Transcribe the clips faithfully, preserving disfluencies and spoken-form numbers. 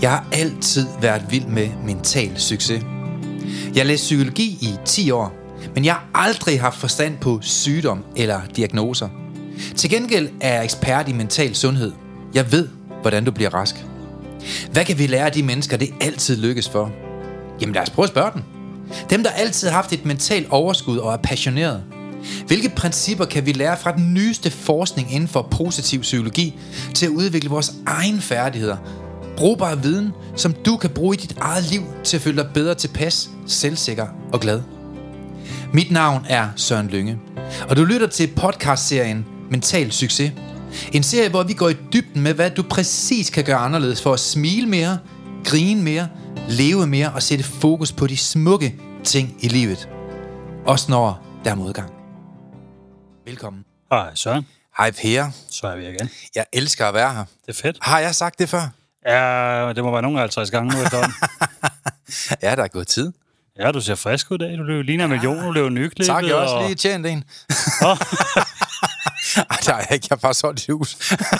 Jeg har altid været vild med mental succes. Jeg læste psykologi i ti år, men jeg har aldrig haft forstand på sygdom eller diagnoser. Til gengæld er jeg ekspert i mental sundhed. Jeg ved, hvordan du bliver rask. Hvad kan vi lære af de mennesker, det altid lykkes for? Jamen lad os prøve at spørge dem. Dem, der altid har haft et mentalt overskud og er passioneret. Hvilke principper kan vi lære fra den nyeste forskning inden for positiv psykologi til at udvikle vores egne færdigheder? Brugbar viden, som du kan bruge i dit eget liv til at føle dig bedre tilpas, selvsikker og glad. Mit navn er Søren Lynge, og du lytter til podcastserien Mental Succes. En serie, hvor vi går i dybden med, hvad du præcis kan gøre anderledes for at smile mere, grine mere, leve mere og sætte fokus på de smukke ting i livet. Også når der er modgang. Velkommen. Hej Søren. Hej Per. Så er vi igen. Jeg elsker at være her. Det er fedt. Har jeg sagt det før? Ja, det må være nogle af halvtreds gange nu efterhånden. Ja, der er gået tid. Ja, du ser frisk ud i dag. Du løber ligner en million, du løber nyklippet. Tak, jeg også og... lige tjent en. Oh. Ej, der er ikke. Jeg har bare solgt et hus.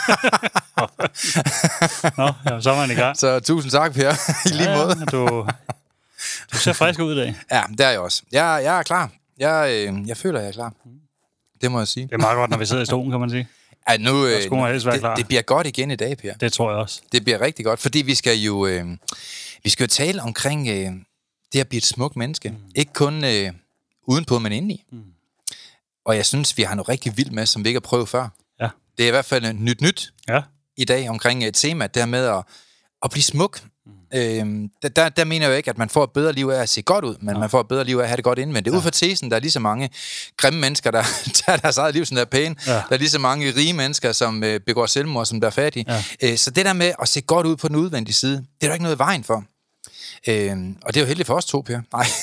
Nå, ja, så er man i gang. Så tusind tak, Per. I lige ja, måde. Du, du ser frisk ud i dag. Ja, det er jeg også. Jeg, jeg er klar. Jeg, øh, jeg føler, jeg er klar. Det må jeg sige. Det er meget godt, når vi sidder i stolen, kan man sige. Ja, nu, øh, skulle man helst være klar. Det, det bliver godt igen i dag, Per. Det tror jeg også. Det bliver rigtig godt, fordi vi skal jo, øh, vi skal jo tale omkring øh, det at blive et smukt menneske. Mm. Ikke kun øh, udenpå, men indeni. Mm. Og jeg synes, vi har noget rigtig vildt med, som vi ikke har prøvet før. Ja. Det er i hvert fald nyt nyt ja. i dag omkring et tema, det her med at, at blive smuk. Mm. Øhm, der, der mener jeg jo ikke, at man får et bedre liv af at se godt ud, men ja. man får et bedre liv af at have det godt indvendigt. Ja. Ud fra tesen, der er lige så mange grimme mennesker, der tager deres eget liv, som der er pæne. Ja. Der er lige så mange rige mennesker, som øh, begår selvmord, som der er fattige. Ja. Øh, så det der med at se godt ud på den udvendige side, det er der ikke noget i vejen for. Øhm, og det er jo heldigt for os to, Per. Nej.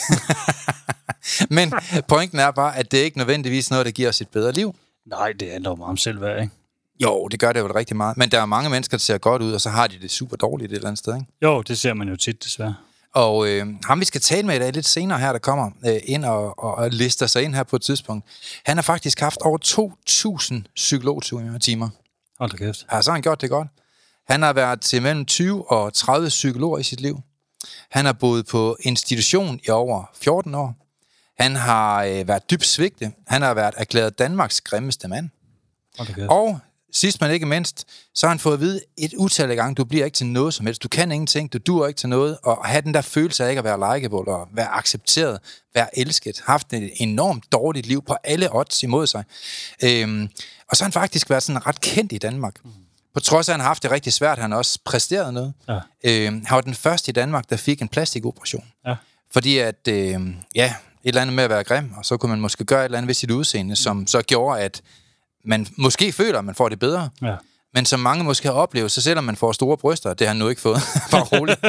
Men pointen er bare, at det er ikke nødvendigvis noget, der giver os et bedre liv. Nej, det handler jo meget om selvværd, ikke? Jo, det gør det jo rigtig meget. Men der er mange mennesker, der ser godt ud, og så har de det super dårligt et eller andet sted, ikke? Jo, det ser man jo tit, desværre. Og øh, ham, vi skal tale med i dag lidt senere her, der kommer øh, ind og, og, og lister sig ind her på et tidspunkt. Han har faktisk haft over to tusind psykologtimer. Hold da kæft. Ja, så har han gjort det godt. Han har været til mellem tyve og tredive psykologer i sit liv. Han har boet på institution i over fjorten år. Han har øh, været dybt svigtet. Han har været erklæret Danmarks grimmeste mand. Og sidst men ikke mindst, så har han fået at vide et utal af gange, du bliver ikke til noget som helst. Du kan ingenting, du duer ikke til noget. Og have den der følelse af ikke at være likeable og være accepteret, være elsket. Haft et enormt dårligt liv på alle odds imod sig. Øhm, og så har han faktisk været sådan ret kendt i Danmark. Mm. På trods af, at han har haft det rigtig svært, han har også præsteret noget. Ja. Øhm, han var den første i Danmark, der fik en plastikoperation. Ja. Fordi at, øh, ja, et eller andet med at være grim, og så kunne man måske gøre et eller andet ved sit udseende, som så gjorde, at man måske føler, at man får det bedre. Ja. Men som mange måske har oplevet, så selvom man får store bryster, det har han nu ikke fået. Bare roligt.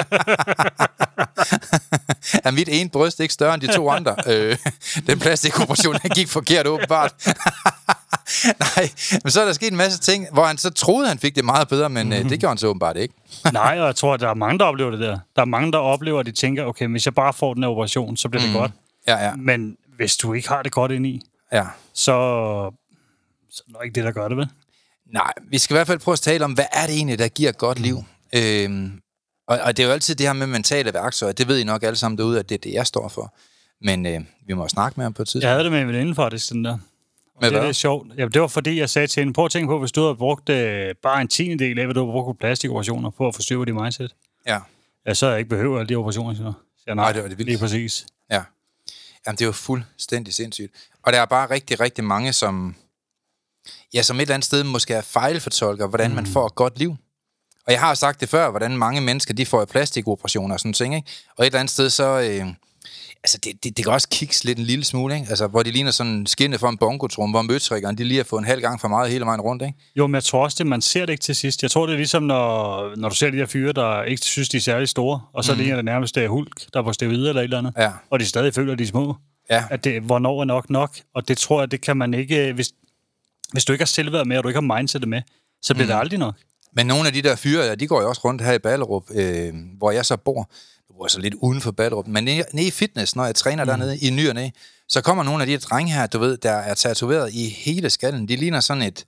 Er mit ene bryst ikke større end de to andre? øh, den plastikoperation, den gik forkert åbenbart. Nej, men så er der sket en masse ting, hvor han så troede, han fik det meget bedre, men mm-hmm. øh, det gjorde han så åbenbart ikke. Nej, og jeg tror, at der er mange, der oplever det der. Der er mange, der oplever, at de tænker, okay, hvis jeg bare får den her operation, så bliver det mm. godt. Ja, ja. Men hvis du ikke har det godt indeni, ja. så, så er det ikke det, der gør det, vel? Nej, vi skal i hvert fald prøve at tale om, hvad er det egentlig, der giver et godt liv? Mm. Øhm, og, og det er jo altid det her med mentale værktøjer. Det ved I nok alle sammen derude, at det er det, jeg står for. Men øh, vi må snakke med ham på et tidspunkt. Jeg havde det med en veninde faktisk, den der. Med det er sjovt. Ja, det var fordi, jeg sagde til hende, prøv at tænke på, hvis du havde brugt øh, bare en tiende del af, hvad du har brugt på plastikoperationer på at få styr på dit mindset. Ja. Ja, så har jeg ikke behøvet alle de operationer. Så jeg, nej, nej, det var det vildt. Lige præcis. Ja. Jamen, det er jo fuldstændig sindssygt. Og der er bare rigtig, rigtig mange, som, ja, som et eller andet sted måske er fejlfortolker, hvordan mm. man får et godt liv. Og jeg har sagt det før, hvordan mange mennesker, de får plastikoperationer og sådan ting, ikke? Og et eller andet sted, så... Øh, altså, det, det, det kan også kigge lidt en lille smule, ikke? Altså, hvor de ligner sådan skinnet for en bongotrum, hvor møtrikkerne, de lige har fået en halv gang for meget hele vejen rundt, ikke? Jo, men jeg tror også, det man ser det ikke til sidst. Jeg tror, det er ligesom, når, når du ser de der fyre, der ikke synes, de er særlig store, og så mm. ligner det nærmest det Hulk, der er på steroider eller et eller andet, ja. Og de stadig føler, de er små. Ja. At det, hvornår er nok nok, og det tror jeg, det kan man ikke... Hvis, hvis du ikke har selvværd med, og du ikke har mindsetet med, så bliver mm. det aldrig nok. Men nogle af de der fyre, ja, de går jo også rundt her i Ballerup, øh, hvor jeg så bor. Jeg bor så lidt uden for Ballerup. Men nede, nede i fitness, når jeg træner mm. dernede i ny og næ, så kommer nogle af de her drenge her, du ved, der er tatoveret i hele skallen. De ligner sådan et,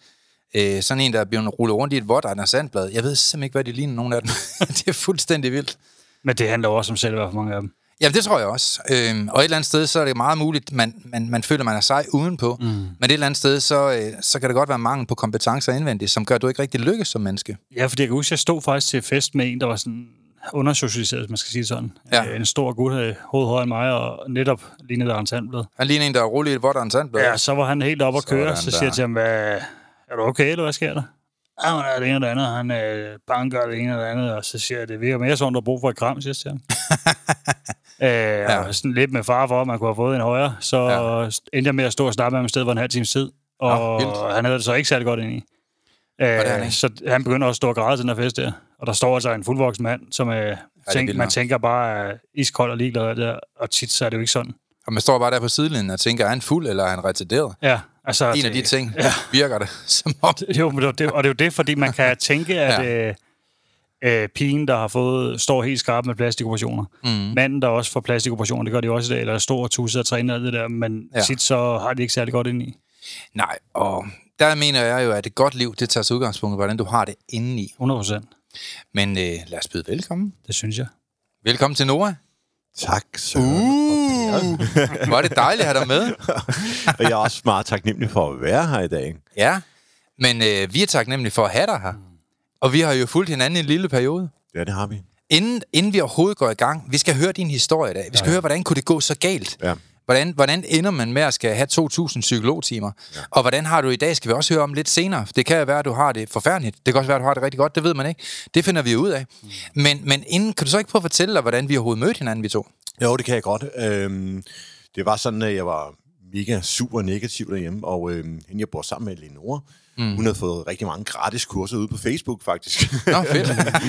Øh, sådan en, der er blevet rullet rundt i et vådt Anders Sandblad. Jeg ved simpelthen ikke, hvad de ligner, nogen af dem. Det er fuldstændig vildt. Men det handler også om selvværd for mange af dem. Ja, det tror jeg også. Øhm, og et eller andet sted, så er det meget muligt, man, man, man føler, man er sej udenpå. Mm. Men et eller andet sted, så, øh, så kan det godt være mangel på kompetencer indvendigt, som gør, at du ikke rigtig lykkes som menneske. Ja, fordi jeg kan huske, at jeg stod faktisk til fest med en, der var sådan undersocialiseret, hvis man skal sige sådan. Ja. En stor gut, hovedet højere end mig, og netop lignede Anders Sandblad. Han ligner en, der er rullet i et vådt Anders Sandblad. Ja, så var han helt op at køre, Sådan så siger jeg til ham, hvad, er du okay, eller hvad sker der? Ja, han er det ene og det andet, han øh, banker det ene og det andet, og så siger jeg, det virker mere sådan, der har brug for et kram, siger jeg til ham. øh, ja. Og sådan lidt med far for, at man kunne have fået en højere, så ja. endte jeg med at stå og snakke med ham i stedet for en halv times tid, og ja, han havde det så ikke særlig godt ind i. Øh, han så han begynder også at stå og græde til den her fest der, og der står altså en fuldvoksen mand, som øh, ja, tænk, man tænker bare er iskold og ligeglad af det der, og tit så er det jo ikke sådan. Og man står bare der på sidelinjen og tænker, er han fuld, eller er han retarderet? Ja, altså... En det, af de ting, ja. virker det som om. Jo, men det, og det er jo det, fordi man kan tænke, at ja. øh, øh, pigen, der har fået, står helt skarp med plastikoperationer. Mm. Manden, der også får plastikoperationer, det gør de også i dag, eller står og tusser og træner alt det der, men ja. tit så har de ikke særlig godt indeni. Nej, og der mener jeg jo, at et godt liv, det tager sig udgangspunkt, hvordan du har det indeni. hundrede procent. Men øh, lad os byde velkommen. Det synes jeg. Velkommen til Noah. Tak, Søren. Uh, hvor er det dejligt at have dig med. Og jeg er også meget taknemmelig for at være her i dag. Ja, men øh, vi er taknemmelige for at have dig her. Og vi har jo fulgt hinanden i en lille periode. Ja, det har vi. Inden, inden vi overhovedet går i gang, vi skal høre din historie i dag. Vi skal ja. høre, hvordan kunne det gå så galt? Ja. Hvordan, hvordan ender man med at skal have to tusind psykologtimer? Ja. Og hvordan har du i dag, skal vi også høre om lidt senere. Det kan jo være, at du har det forfærdeligt. Det kan også være, at du har det rigtig godt. Det ved man ikke. Det finder vi ud af. Mm. Men, men inden, kan du så ikke prøve at fortælle dig, hvordan vi overhovedet mødte hinanden, vi to? Jo, det kan jeg godt. Øhm, det var sådan, at jeg var mega super negativ derhjemme, og øhm, hende, jeg bor sammen med, Lenore, mm. hun havde fået rigtig mange gratis kurser ude på Facebook, faktisk. Nå, fedt.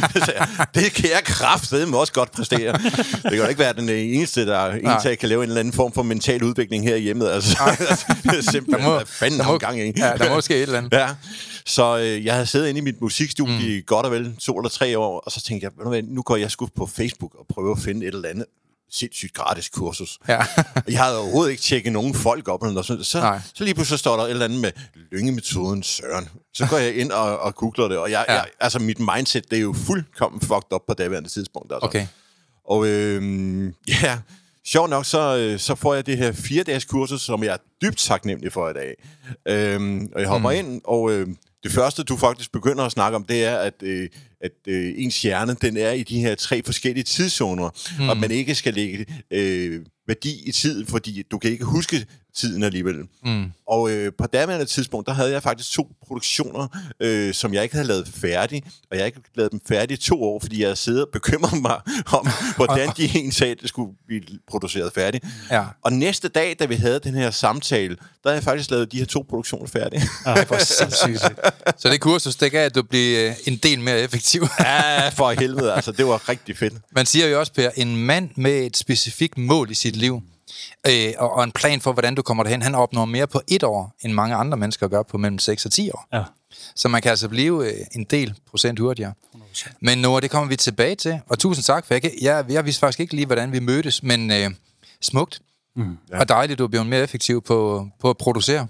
Det kan jeg kraftedeme også godt præstere. Det kan jo ikke være den eneste, der egentlig kan lave en eller anden form for mental udvikling her i hjemmet. Altså, det er simpelthen, der må, hvad fanden der har må, gang i. Ja, der må ske et eller andet. Ja. Så øh, jeg havde siddet inde i mit musikstudie mm. i godt og vel to eller tre år, og så tænkte jeg, ved du hvad, nu går jeg sgu på Facebook og prøver at finde et eller andet sindssygt gratis kursus. Ja. Jeg havde overhovedet ikke tjekket nogen folk op, eller sådan. Så, så lige pludselig står der et eller andet med Lynge-metoden, Søren. Så går jeg ind og, og googler det, og jeg, ja. jeg, altså mit mindset, det er jo fuldkommen fucked up på daværende tidspunkt. Altså. Okay. Og øh, ja, sjovt nok, så, så får jeg det her fire-dages kursus, som jeg er dybt taknemmelig for i dag. Øh, og jeg hopper mm. ind, og øh, det første, du faktisk begynder at snakke om, det er, at, øh, at øh, ens hjerne, den er i de her tre forskellige tidszoner, mm. og man ikke skal lægge øh, værdi i tid, fordi du kan ikke huske tiden alligevel. Mm. Og øh, på daværende tidspunkt, der havde jeg faktisk to produktioner, øh, som jeg ikke havde lavet færdig, og jeg har ikke lavet dem færdige to år, fordi jeg sidder og bekymrer mig om, hvordan de en sag skulle blive produceret færdig. Ja. Og næste dag, da vi havde den her samtale, der havde jeg faktisk lavet de her to produktioner færdige. Ej, hvor sindssygt. Så det kursus, det gav, at du bliver en del mere effektiv. Ja, for helvede, altså. Det var rigtig fedt. Man siger jo også, Per, en mand med et specifikt mål i sit liv, øh, og, og en plan for, hvordan du kommer derhen, han opnår mere på et år, end mange andre mennesker gør på mellem seks og ti år. Ja. Så man kan altså blive øh, en del procent hurtigere. hundrede procent. Men Noah, det kommer vi tilbage til, og tusind tak, for jeg, jeg, jeg vidste faktisk ikke lige, hvordan vi mødtes, men øh, smukt. Mm, ja. Og dejligt, du er blevet mere effektiv på, på at producere.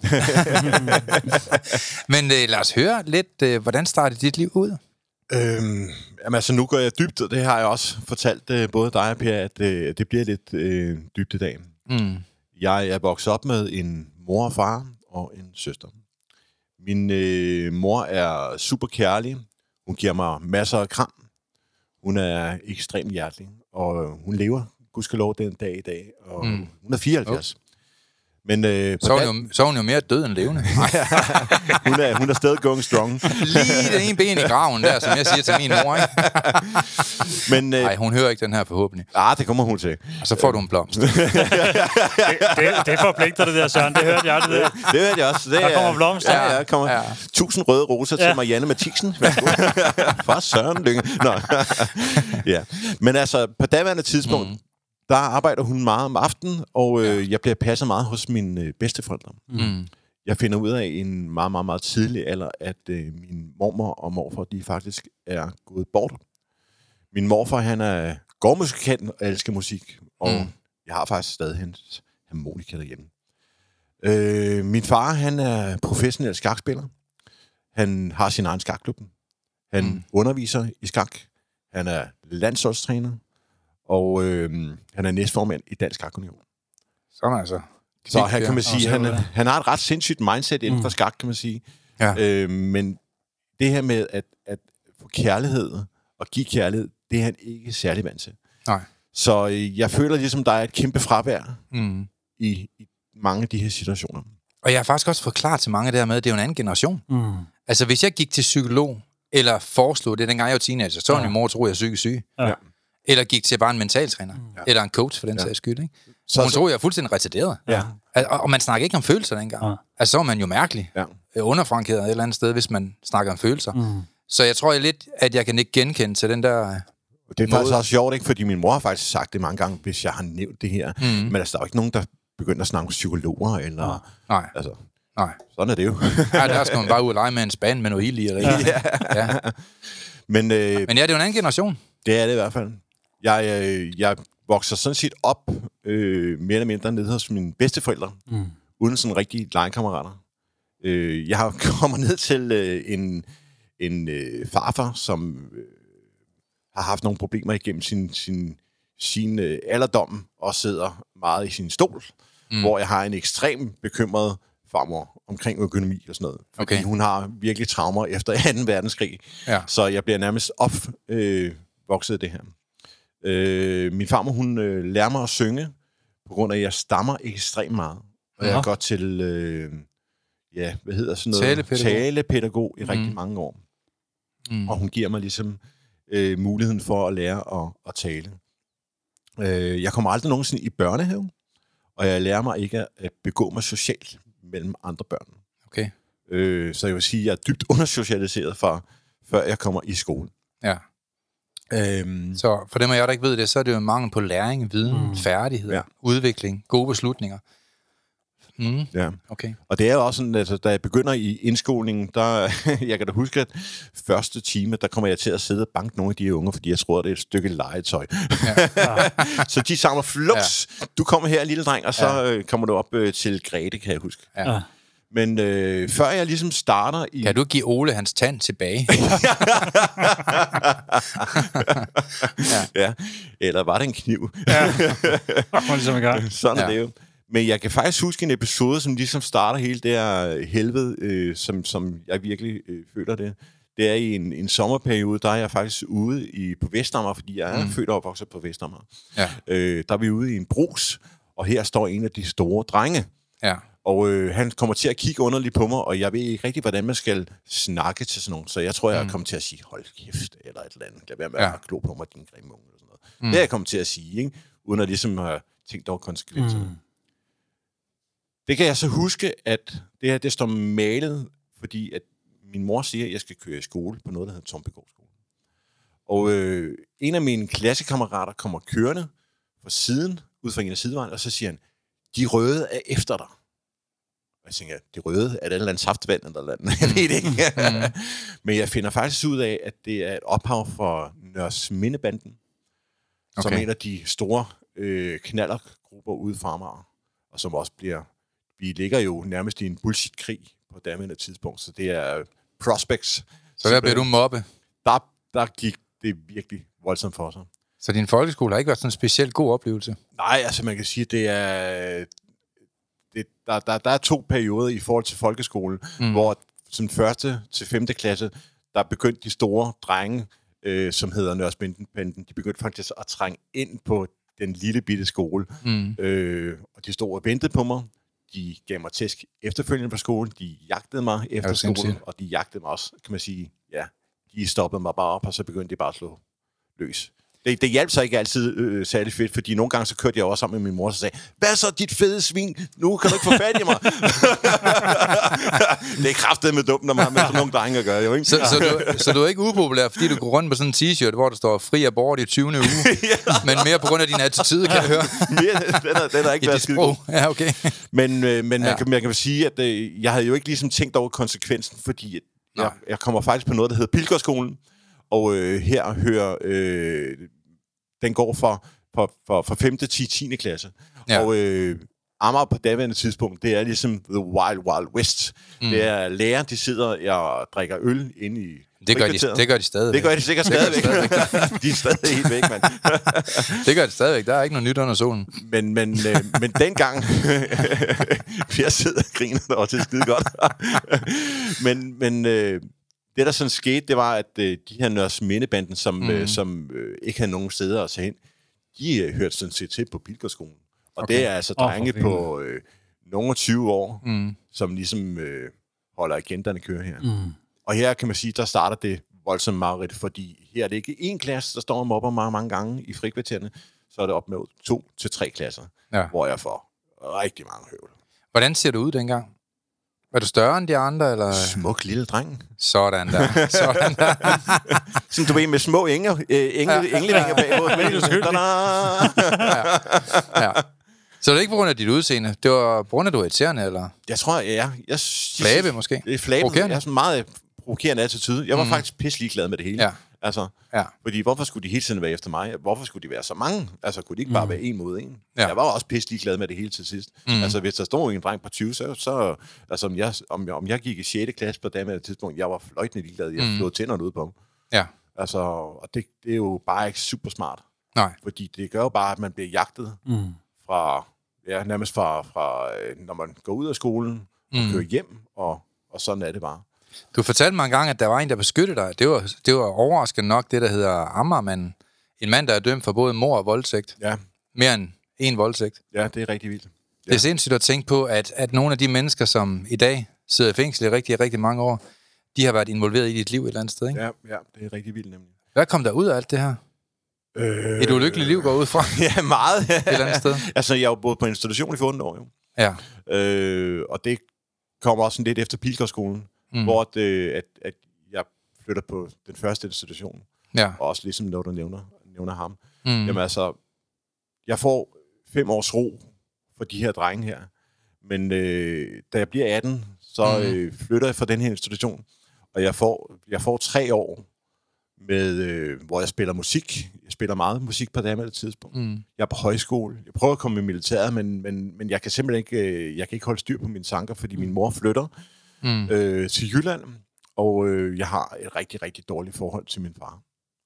Men øh, lad os høre lidt, øh, hvordan startede dit liv ud? Øhm, jamen altså, nu går jeg dybt, og det har jeg også fortalt øh, både dig og Per, at øh, det bliver lidt øh, dybt i dag. Mm. Jeg er vokset op med en mor og far og en søster. Min øh, mor er super kærlig. Hun giver mig masser af kram. Hun er ekstremt hjertelig, og hun lever, gudskelov, den dag i dag, og mm. hun er fireoghalvfjerds. Okay. Men, øh, så, er hun jo, så er hun jo mere død end levende. hun, er, hun er stadig going strong. Lige den ene ben i graven der, som jeg siger til min mor. Men, øh, nej, hun hører ikke den her forhåbentlig. Ah, det kommer hun til. Og så får du en blomst. det, det, det forpligter det der, Søren. Det hørte jeg. Det, det. det hørte jeg også. Det, der kommer blomst. Ja, ja, der kommer ja. tusind røde roser ja. til Marianne Mathisen. Fra Søren Lynge. Nå. ja. Men altså, på daværende tidspunkt, mm. der arbejder hun meget om aftenen, og øh, jeg bliver passet meget hos mine øh, bedsteforældre. Mm. Jeg finder ud af en meget, meget, meget tidlig alder, at øh, min mormor og morfar, de faktisk er gået bort. Min morfar, han er gårdmusikant og elsker musik, og mm. jeg har faktisk stadig hans harmonika derhjemme. Øh, min far, han er professionel skakspiller. Han har sin egen skakklub. Han mm. underviser i skak. Han er landsholdstræner. Og øh, han er næstformand i Dansk Skakunion. Sådan altså. Så han kan man sige, han, han har et ret sindssygt mindset inden for skak, kan man sige. Ja. Øh, men det her med at, at få kærlighed og give kærlighed, det er han ikke særlig vant til. Nej. Så øh, jeg føler ligesom, der er et kæmpe fravær mm. i, i mange af de her situationer. Og jeg har faktisk også forklaret til mange der med, at det er jo en anden generation. Mm. Altså, hvis jeg gik til psykolog, eller foreslog det, dengang jeg var teenager, så var ja. min mor, troede jeg, er psykisk syg. Ja. Eller gik til bare en mentaltræner. Ja. Eller en coach, for den ja. sags skyld, ikke? Så, hun troede, jeg er fuldstændig retarderet. Ja. Og, og man snakker ikke om følelser dengang. Ja. Altså, så var man jo mærkelig. Ja. Underfrankeret et eller andet sted, hvis man snakker om følelser. Mm. Så jeg tror jeg lidt, at jeg kan ikke genkende til den der... Det er måde. Faktisk også sjovt, ikke? Fordi min mor har faktisk sagt det mange gange, hvis jeg har nævnt det her. Mm. Men altså, der er jo ikke nogen, der begynder at snakke om psykologer, eller... Nej. Altså, Nej. Sådan er det jo. Ja, der skal man bare ud og lege med en spand med noget ild i. Eller ja. Ja. Men, øh, Men ja, det er jo en anden generation. Det er det i hvert fald. Jeg, øh, jeg vokser sådan set op øh, mere eller mindre nede hos mine bedsteforældre, mm. uden sådan rigtige legekammerater. Øh, jeg har kommet ned til øh, en, en øh, farfar, som øh, har haft nogle problemer igennem sin, sin, sin øh, alderdom, og sidder meget i sin stol, mm. hvor jeg har en ekstrem bekymret farmor omkring økonomi og sådan noget. Fordi okay. hun har virkelig traumer efter anden verdenskrig. Ja. Så jeg bliver nærmest opvokset øh, det her. Øh, min farmor, hun øh, lærer mig at synge, på grund af, at jeg stammer ekstremt meget. Og ja. jeg går til, øh, ja, hvad hedder sådan noget? Talepædagog. Talepædagog i mm. rigtig mange år. Mm. Og hun giver mig ligesom øh, muligheden for at lære at, at tale. Øh, jeg kommer aldrig nogensinde i børnehave, og jeg lærer mig ikke at begå mig socialt mellem andre børn. Okay. Øh, så jeg vil sige, at jeg er dybt undersocialiseret, for, før jeg kommer i skole. Ja. Øhm, så for dem af jer, der ikke ved det, så er det jo mangel på læring, viden, mm. færdigheder, ja. udvikling, gode beslutninger. Mm. Ja. Okay. Og det er jo også sådan, at da jeg begynder i indskolingen, der, jeg kan da huske, at første time, der kommer jeg til at sidde og banke nogle af de unge, fordi jeg tror, det er et stykke legetøj. Ja. Så de samler fluks. Ja. Du kommer her, lille dreng, og så ja. kommer du op øh, til Grete, kan jeg huske. Ja. Men øh, før jeg ligesom starter i... Kan du give Ole hans tand tilbage? ja. ja. Eller var det en kniv? Ja. Ligesom i gang. Sådan er ja. det jo. Men jeg kan faktisk huske en episode, som ligesom starter hele det her helvede, øh, som, som jeg virkelig øh, føler det. Det er i en, en sommerperiode, der er jeg faktisk ude i, på Vestamager, fordi jeg er mm. født og opvokset på Vestamager. Ja. Øh, der er vi ude i en brus, og her står en af de store drenge. Ja. Og øh, han kommer til at kigge underligt på mig, og jeg ved ikke rigtig, hvordan man skal snakke til sådan nogen. Så jeg tror, jeg mm. kommer til at sige, hold kæft, eller et eller andet. Lad være med at ja. klo på mig, din grimme unge, eller sådan noget. Mm. Det er jeg kommer til at sige, ikke? Uden at ligesom have tænkt over konsekvenserne. Mm. Det kan jeg så huske, at det her, det står malet, fordi at min mor siger, at jeg skal køre i skole på noget, der hedder Tombegård skole. Og øh, en af mine klassekammerater kommer kørende fra siden, ud fra en af sidevejen, og så siger han, de røde er efter dig. Og jeg tænker, de røde, er det et eller andet saftvand eller andet? Jeg ved det ikke. Mm. Men jeg finder faktisk ud af, at det er et ophav for Nørresmindebanden, okay. som er en af de store øh, knallergrupper ude fra Amager, og som også bliver... Vi ligger jo nærmest i en bullshit-krig på daværende tidspunkt, så det er prospects. Så der blev du mobbe? Der, der gik det virkelig voldsomt for sig. Så din folkeskole har ikke været sådan en specielt god oplevelse? Nej, altså man kan sige, det er... Det, der, der, der er to perioder i forhold til folkeskolen, mm. hvor som første til femte klasse, der begyndte de store drenge, øh, som hedder Nørresmindebanden, de begyndte faktisk at trænge ind på den lille bitte skole. Mm. Øh, og de stod og ventede på mig. De gav mig tæsk efterfølgende på skolen. De jagtede mig efter skolen, sindssygt. Og de jagtede mig også, kan man sige. Ja, de stoppede mig bare op, og så begyndte de bare at slå løs. Det, det hjalp sig ikke altid øh, særlig fedt, fordi nogle gange så kørte jeg også sammen med min mor, og sagde, hvad så, dit fede svin? Nu kan du ikke få fat i mig. Det er kraftedeme dumt, når man har med sådan nogle drenge at gøre, jo, ikke? Så, så, du, så du er ikke upopulær, fordi du går rundt med sådan en t-shirt, hvor der står fri abort i tyvende uge, ja. Men mere på grund af din attitude, kan jeg høre. Mere, den, har, den har ikke været skide god. Ja, okay. Men, øh, men ja. man, kan, jeg kan sige, at øh, jeg havde jo ikke ligesom tænkt over konsekvensen, fordi jeg, jeg kommer faktisk på noget, der hedder Pilgårdsskolen. Og øh, her hører, øh, den går fra, fra, fra, fra femte til tiende klasse. Ja. Og øh, Amager på daværende tidspunkt, det er ligesom the wild, wild west. Mm. Det er lærer, de sidder og drikker øl inde i det gør, de, det gør de stadigvæk. Det gør de sikkert stadigvæk. De er stadig helt væk, mand. Det gør de stadigvæk. Der er ikke noget nyt under solen. Men, men, øh, men dengang... jeg sidder og griner derovre til skide godt. men men øh, det, der sådan skete, det var, at øh, de her Nørresmindebanden, som, mm. øh, som øh, ikke havde nogen steder at tage hen, de øh, hørte sådan set til på Pilgårdsskolen. Og okay. Det er altså drenge oh, på øh, nogle tyve år, mm. som ligesom øh, holder agenderne kører her. Mm. Og her kan man sige, der starter det voldsomt mareridt, fordi her er det ikke én klasse, der står og mobber mange, mange gange i frikvartererne, så er det op med to til tre klasser, ja. Hvor jeg får rigtig mange høvl. Hvordan ser du ud dengang? Er du større end de andre, eller? Smuk lille dreng. Sådan der. Sådan der. Som du ved, med små engel, øh, engel, ja. Engleringer bagud. ja. Ja. Så det er ikke på grund af dit udseende? Det var på grund af, at du er irriterende, eller? Jeg tror, ja. Jeg, Flabe, måske? Det er flabe. Jeg er sådan meget provokerende attitude. Jeg var mm. faktisk pisselig glad med det hele. Ja. Altså, ja. Fordi hvorfor skulle de hele tiden være efter mig? Hvorfor skulle de være så mange? Altså, kunne de ikke mm. bare være en mod en? Ja. Jeg var også pisselig glad med det hele til sidst. Mm. Altså, hvis der stod en dreng på tyve, så... så altså, om jeg, om, jeg, om jeg gik i sjette klasse på det tidspunkt, jeg var fløjtende ligeglad. Jeg mm. flåede tænderne ud på ham. Ja. Altså, og det, det er jo bare ikke super smart. Nej. Fordi det gør jo bare, at man bliver jagtet mm. fra... Ja, nærmest fra, fra, når man går ud af skolen og mm. kører hjem, og, og sådan er det bare. Du fortalte mig engang, at der var en, der beskyttede dig. Det var, det var overraskende nok det, der hedder Amagermanden. En mand, der er dømt for både mord og voldtægt. Ja. Mere end en voldtægt. Ja, det er rigtig vildt. Ja. Det er sindssygt at tænke på, at, at nogle af de mennesker, som i dag sidder i fængsel i rigtig, rigtig mange år, de har været involveret i dit liv et eller andet sted, ikke? Ja, ja, det er rigtig vildt nemlig. Hvad kom der ud af alt det her? Øh, Et ulykkeligt liv går ud fra? Ja, meget. Et eller andet sted. Altså, jeg har jo boet på institution i fjorten år, jo. Ja. Øh, og det kommer også sådan lidt efter Pilgårdsskolen, mm. hvor det, at, at jeg flytter på den første institution. Ja. Og også ligesom, når du nævner, nævner ham. Mm. Jamen altså, jeg får fem års ro for de her drenge her. Men øh, da jeg bliver atten, så mm. øh, flytter jeg fra den her institution. Og jeg får, jeg får tre år med, øh, hvor jeg spiller musik. Jeg spiller meget musik på det her tidspunkt. Mm. Jeg er på højskole. Jeg prøver at komme i militæret, men, men, men jeg kan simpelthen ikke, øh, jeg kan ikke holde styr på mine tanker, fordi min mor flytter mm. øh, til Jylland, og øh, jeg har et rigtig, rigtig dårligt forhold til min far.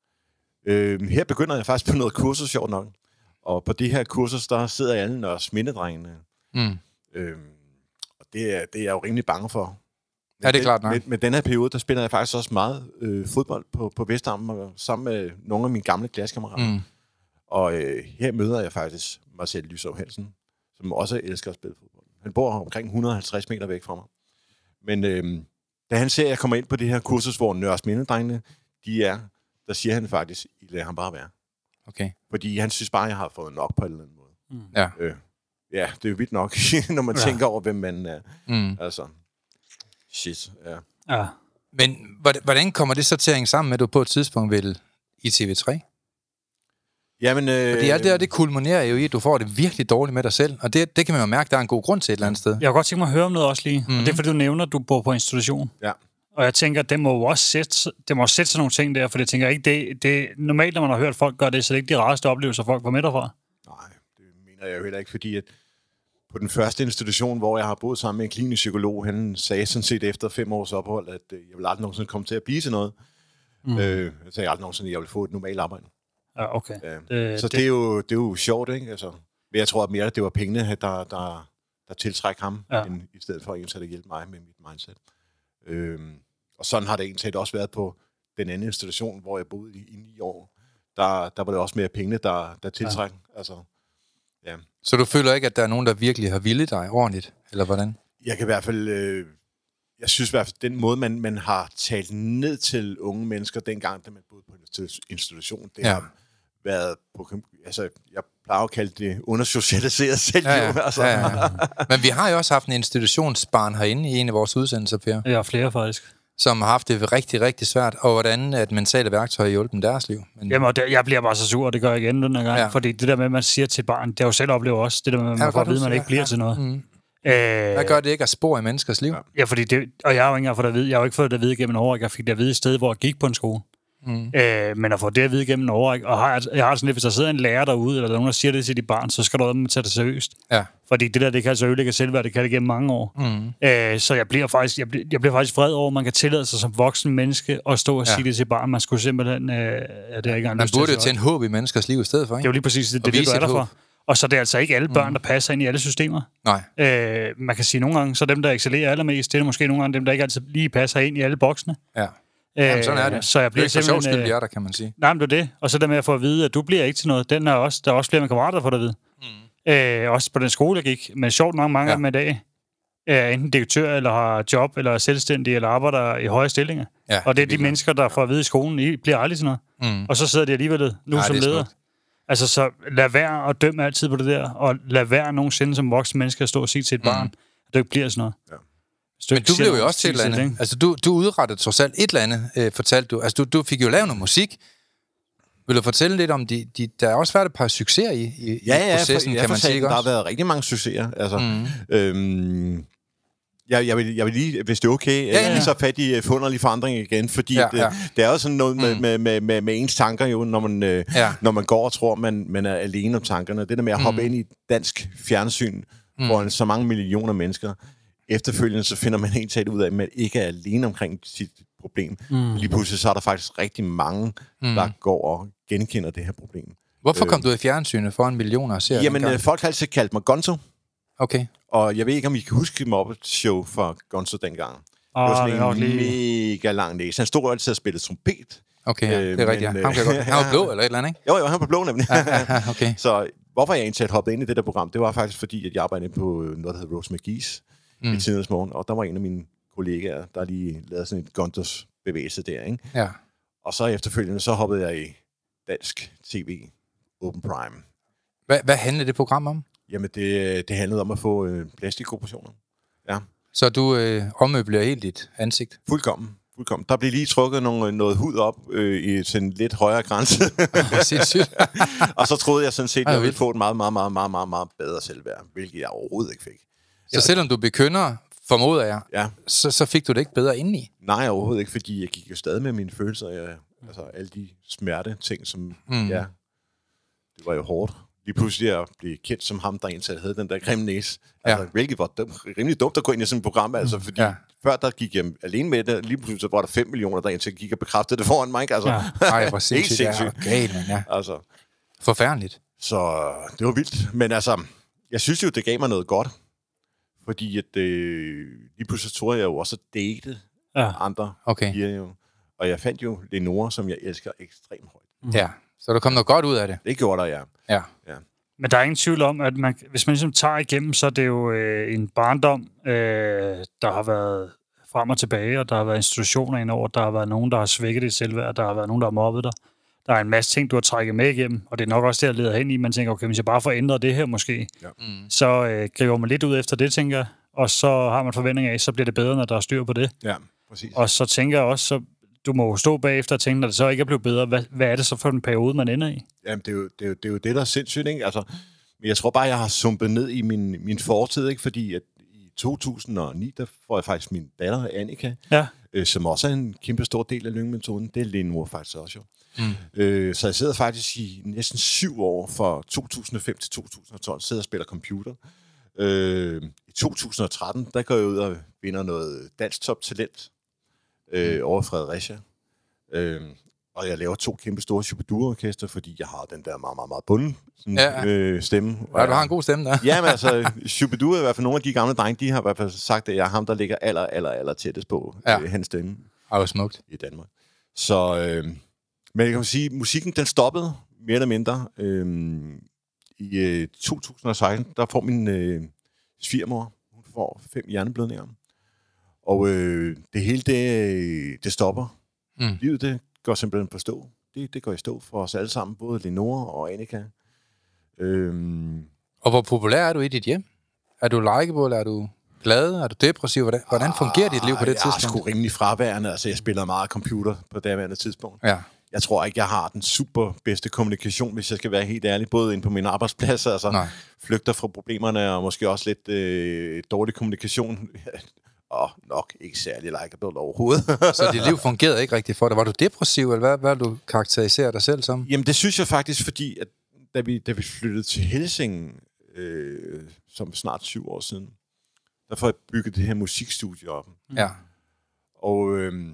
Øh, her begynder jeg faktisk på noget kursus, sjovt nok. Og på det her kursus, der sidder alle Nørresmindedrengene. Mm. Øh, og det er, det er jeg jo rimelig bange for. Ja, det er klart nok. Med, med den her periode, der spiller jeg faktisk også meget øh, fodbold på, på Vestammen, sammen med nogle af mine gamle klassekammerater. Mm. Og øh, her møder jeg faktisk Marcel Lysov Hansen, som også elsker at spille fodbold. Han bor omkring et hundrede og halvtreds meter væk fra mig. Men øh, da han ser, at jeg kommer ind på det her kursus, hvor Nørresmindedrengene, de er, der siger han faktisk, I lader ham bare være. Okay. Fordi han synes bare, at jeg har fået nok på en eller anden måde. Mm. Ja. Øh, ja, det er jo vildt nok, når man ja. tænker over, hvem man er. Mm. Altså... Shit, ja. ja. Men hvordan kommer det så til at hænge sammen med, at du på et tidspunkt vil i T V tre? Jamen, øh... Fordi alt det her, det kulminerer jo i, at du får det virkelig dårligt med dig selv. Og det, det kan man jo mærke, der er en god grund til et eller andet sted. Jeg kunne godt tænke mig at høre om noget også lige. Mm-hmm. Og det er, fordi du nævner, at du bor på institution. Ja. Og jeg tænker, at det må jo også sætte, det må sætte sådan nogle ting der, for jeg tænker ikke, det, det normalt, når man har hørt folk gøre det, så det er ikke de rareste oplevelser, folk var med derfra. Nej, det mener jeg jo heller ikke, fordi at på den første institution, hvor jeg har boet sammen med en klinisk psykolog, han sagde sådan set efter fem års ophold, at øh, jeg vil aldrig nogensinde komme til at blive til noget. Mm. Øh, jeg sagde aldrig nogensinde, at jeg vil få et normalt arbejde. Ja, okay. Ja. Det, så det, det, er jo, det er jo sjovt, ikke? Altså, men jeg tror at mere, at det var pengene, der, der, der tiltrækker ham, ja. end, i stedet for en til at hjælpe mig med mit mindset. Øh, og sådan har det egentlig også været på den anden institution, hvor jeg boede i, i ni år. Der, der var det også mere pengene, der, der tiltrækker. Ja. Altså, ja. Så du føler ikke, at der er nogen, der virkelig har villet dig ordentligt, eller hvordan? Jeg kan i hvert fald, øh, jeg synes i hvert fald, den måde, man, man har talt ned til unge mennesker, dengang, da man boede på en institution, det ja. har været på, altså, jeg plejer at kalde det undersocialiseret selv. Ja, ja. Altså. Ja, ja, ja. Men vi har jo også haft en institutionsbarn herinde i en af vores udsendelser, Per. Ja, flere faktisk. Som har haft det rigtig, rigtig svært, og hvordan at mentale værktøjer hjælper dem deres liv. Men... Jamen, det, jeg bliver bare så sur, og det gør jeg igen den her gang. Ja. Fordi det der med, at man siger til barn, det er jo selv oplever også, det der med, at man ja, får at vide, at man ikke ja, bliver ja. til noget. Mm. Æh, Hvad gør det ikke at spore i menneskers liv? Ja, fordi det, og jeg har jo ikke engang fået det at vide, jeg har jo ikke fået det at vide gennem en år, jeg fik det at vide et sted, hvor jeg gik på en skole. Mm. Øh, men at få det at vide gennem en overræk, og har, jeg har sådan lidt, hvis der sidder en lærer derude, eller nogen, der siger det til de barn, så skal du også tage det seriøst. Ja. Fordi det der, det kan altså ødelægge selvværd, det kan det gennem mange år. Mm. Øh, så jeg bliver faktisk, jeg bliver, jeg bliver faktisk vred over, at man kan tillade sig som voksen menneske at stå og ja. sige det til barn. Man skulle simpelthen, øh, ja, det er ikke engang man burde jo tænde håb i menneskers liv i stedet for, ikke? Det er jo lige præcis det, det, det du er der for. Og så er det altså ikke alle børn, der passer ind i alle systemer. Nej. Øh, man kan sige nogle gange, så dem, der excellerer allermest, det er måske nogle gange dem, der ikke altid lige passer ind i alle boksene. Ja. Jamen, sådan er det. Så jeg bliver det er ikke for sjov skyld, vi er der, kan man sige. Nej, men det er det. Og så der med at få at vide, at du bliver ikke til noget. Den er også, der er også flere med kammerater, der får det at vide. Mm. Øh, også på den skole, jeg gik. Men sjovt nok mange ja. af dem i dag er enten direktør, eller har job, eller er selvstændige, eller arbejder i høje stillinger. Ja, og det er de mennesker, der får at vide i skolen, I bliver aldrig til noget. Mm. Og så sidder de alligevel nu ja, som leder. Smukt. Altså, så lad være at dømme altid på det der, og lad være nogensinde som voksne mennesker at stå og sige til et mm. barn, at det ikke bliver sådan noget. Ja. Men du blev jo også til et eller andet. Altså, du, du udrettede trods alt et eller andet, øh, fortalte du. Altså, du, du fik jo lavet noget musik. Vil du fortælle lidt om, de, de, der er også været et par succeser i, i, ja, i processen, ja, for, kan man sige, der har været rigtig mange succeser. Altså, mm. øhm, jeg, jeg, vil, jeg vil lige, hvis det er okay, ja, ja. lige så fat i forunderlig forandring igen, fordi ja, ja. Det, det er jo sådan noget med, mm. med, med, med, med ens tanker, jo, når man, øh, ja. når man går og tror, man, man er alene om tankerne. Det der med at hoppe mm. ind i dansk fjernsyn, mm. hvor så mange millioner mennesker, efterfølgende så finder man helt taget ud af, at man ikke er alene omkring sit problem. Mm. Lige pludselig så er der faktisk rigtig mange, mm. der går og genkender det her problem. Hvorfor kom øh, du i fjernsynet foran millioner og serier? Jamen, øh, folk har altid kaldt mig Gonzo. Okay. Og jeg ved ikke, om I kan huske Muppet Show fra Gonzo dengang. Oh, det var sådan en lige... mega lang næse. Han stod altid og spillede trompet. Okay, ja, det er rigtigt. Ja. Han, kan godt. Han var blå eller et eller andet, ikke? Jo, jo, han var blå nemlig. Okay. Så hvorfor jeg egentlig hoppede ind i det der program, det var faktisk fordi, at jeg arbejdede på noget, der hedder Rose McGee's mm. i tidens morgen, og der var en af mine kollegaer, der lige lavede sådan et Gonzos bevægelse der, ikke? Ja. Og så efterfølgende, så hoppede jeg i dansk tv, Open Prime. Hvad, hvad handlede det program om? Jamen, det, det handlede om at få øh, plastikoperationer. Ja. Så du øh, ommøblerer helt dit ansigt? Fuldkommen. Fuldkommen. Der blev lige trukket nogle, noget hud op øh, i til en lidt højere grænse. Og så troede jeg sådan set, at jeg ville få et meget, meget, meget, meget, meget, meget bedre selvværd, hvilket jeg overhovedet ikke fik. Så selvom du bekender, formoder jeg, ja. så, så fik du det ikke bedre indeni? Nej, overhovedet ikke, fordi jeg gik jo stadig med mine følelser. Jeg, altså alle de smerte ting, som, mm. ja, det var jo hårdt. Lige pludselig at blive kendt som ham, der egentlig havde den der grimme næse. Altså, ja. Hvilket var dum, rimelig dumt at gå ind i sådan et program, altså, fordi ja. før der gik jeg alene med det, lige pludselig så var der fem millioner, der egentlig gik og bekræftede det foran mig, ikke? Altså, ja. Ej, hvor sindssygt. Helt sindssygt. Ja, okay, men ja. Altså, forfærdeligt. Så det var vildt. Men altså, jeg synes jo, det gav mig noget godt. Fordi at øh, lige pludselig troede jeg jo også at date ja. andre okay. piger jo. Og jeg fandt jo Lenore, som jeg elsker ekstremt højt. Mm. Ja, så der kom noget godt ud af det. Det gjorde der, ja. Ja. ja. Men der er ingen tvivl om, at man, hvis man ligesom tager igennem, så er det jo øh, en barndom, øh, der har været frem og tilbage, og der har været institutioner indover, der har været nogen, der har svækket dit selvværd, der har været nogen, der har mobbet dig. Der er en masse ting, du har trækket med igennem, og det er nok også det, der leder hen i. Man tænker, okay, hvis jeg bare får ændret det her måske, ja. mm. så øh, griber man lidt ud efter det, tænker jeg. Og så har man forventning af, så bliver det bedre, når der er styr på det. Ja, præcis. Og så tænker jeg også, så du må stå bagefter og tænke, når det så ikke er blevet bedre, hvad, hvad er det så for en periode, man ender i? Jamen, det er jo det, er jo, det, er jo det der er sindssygt, ikke? Altså, jeg tror bare, jeg har sumpet ned i min, min fortid, ikke? Fordi at i to tusind og ni, der får jeg faktisk min datter, Annika, ja. øh, som også er en kæmpe stor del af Lyngge-metoden. Det er Lenore faktisk også jo. Mm. Øh, så jeg sidder faktisk i næsten syv år, fra to tusind og fem til to tusind og tolv, sidder og spiller computer. Øh, I to tusind og tretten, der går jeg ud og vinder noget dansk top-talent øh, over Fredericia. Øh, og jeg laver to kæmpe store Shubidua-orkester, fordi jeg har den der meget, meget, meget bunden sådan, ja, ja. Øh, stemme. Ja, du har en god stemme der. Ja, men altså, Shubidua, i hvert fald nogle af de gamle drenge, de har i hvert fald sagt, at jeg er ham, der ligger aller, aller, aller tættest på ja. øh, hans stemme. Det var smukt. I Danmark. Så, øh, men jeg kan sige, musikken, den stoppede mere eller mindre. Øh, I øh, to tusind og seksten, der får min øh, svigermor, hun får fem hjerneblødninger. Og øh, det hele, det, det stopper. Mm. Livet, det går simpelthen på stå. Det, det går i stå for os alle sammen, både Lenore og Annika. Øhm. Og hvor populær er du i dit hjem? Er du likeable? Er du glad? Er du depressiv? Hvordan, hvordan fungerer dit liv på det jeg tidspunkt? Jeg er sgu rimelig fraværende. Altså, jeg spiller meget computer på daværende tidspunkt. Ja. Jeg tror ikke, jeg har den super bedste kommunikation, hvis jeg skal være helt ærlig, både inde på min arbejdsplads, altså Nej. flygter fra problemerne, og måske også lidt øh, dårlig kommunikation og nok ikke særlig likeable overhovedet. Så dit liv fungerede ikke rigtigt for dig. Var du depressiv, eller hvad, hvad du karakteriserer dig selv som? Jamen, det synes jeg faktisk, fordi at da vi, da vi flyttede til Helsingen, øh, som snart syv år siden, der får jeg bygget det her musikstudie op. Ja. Og øh,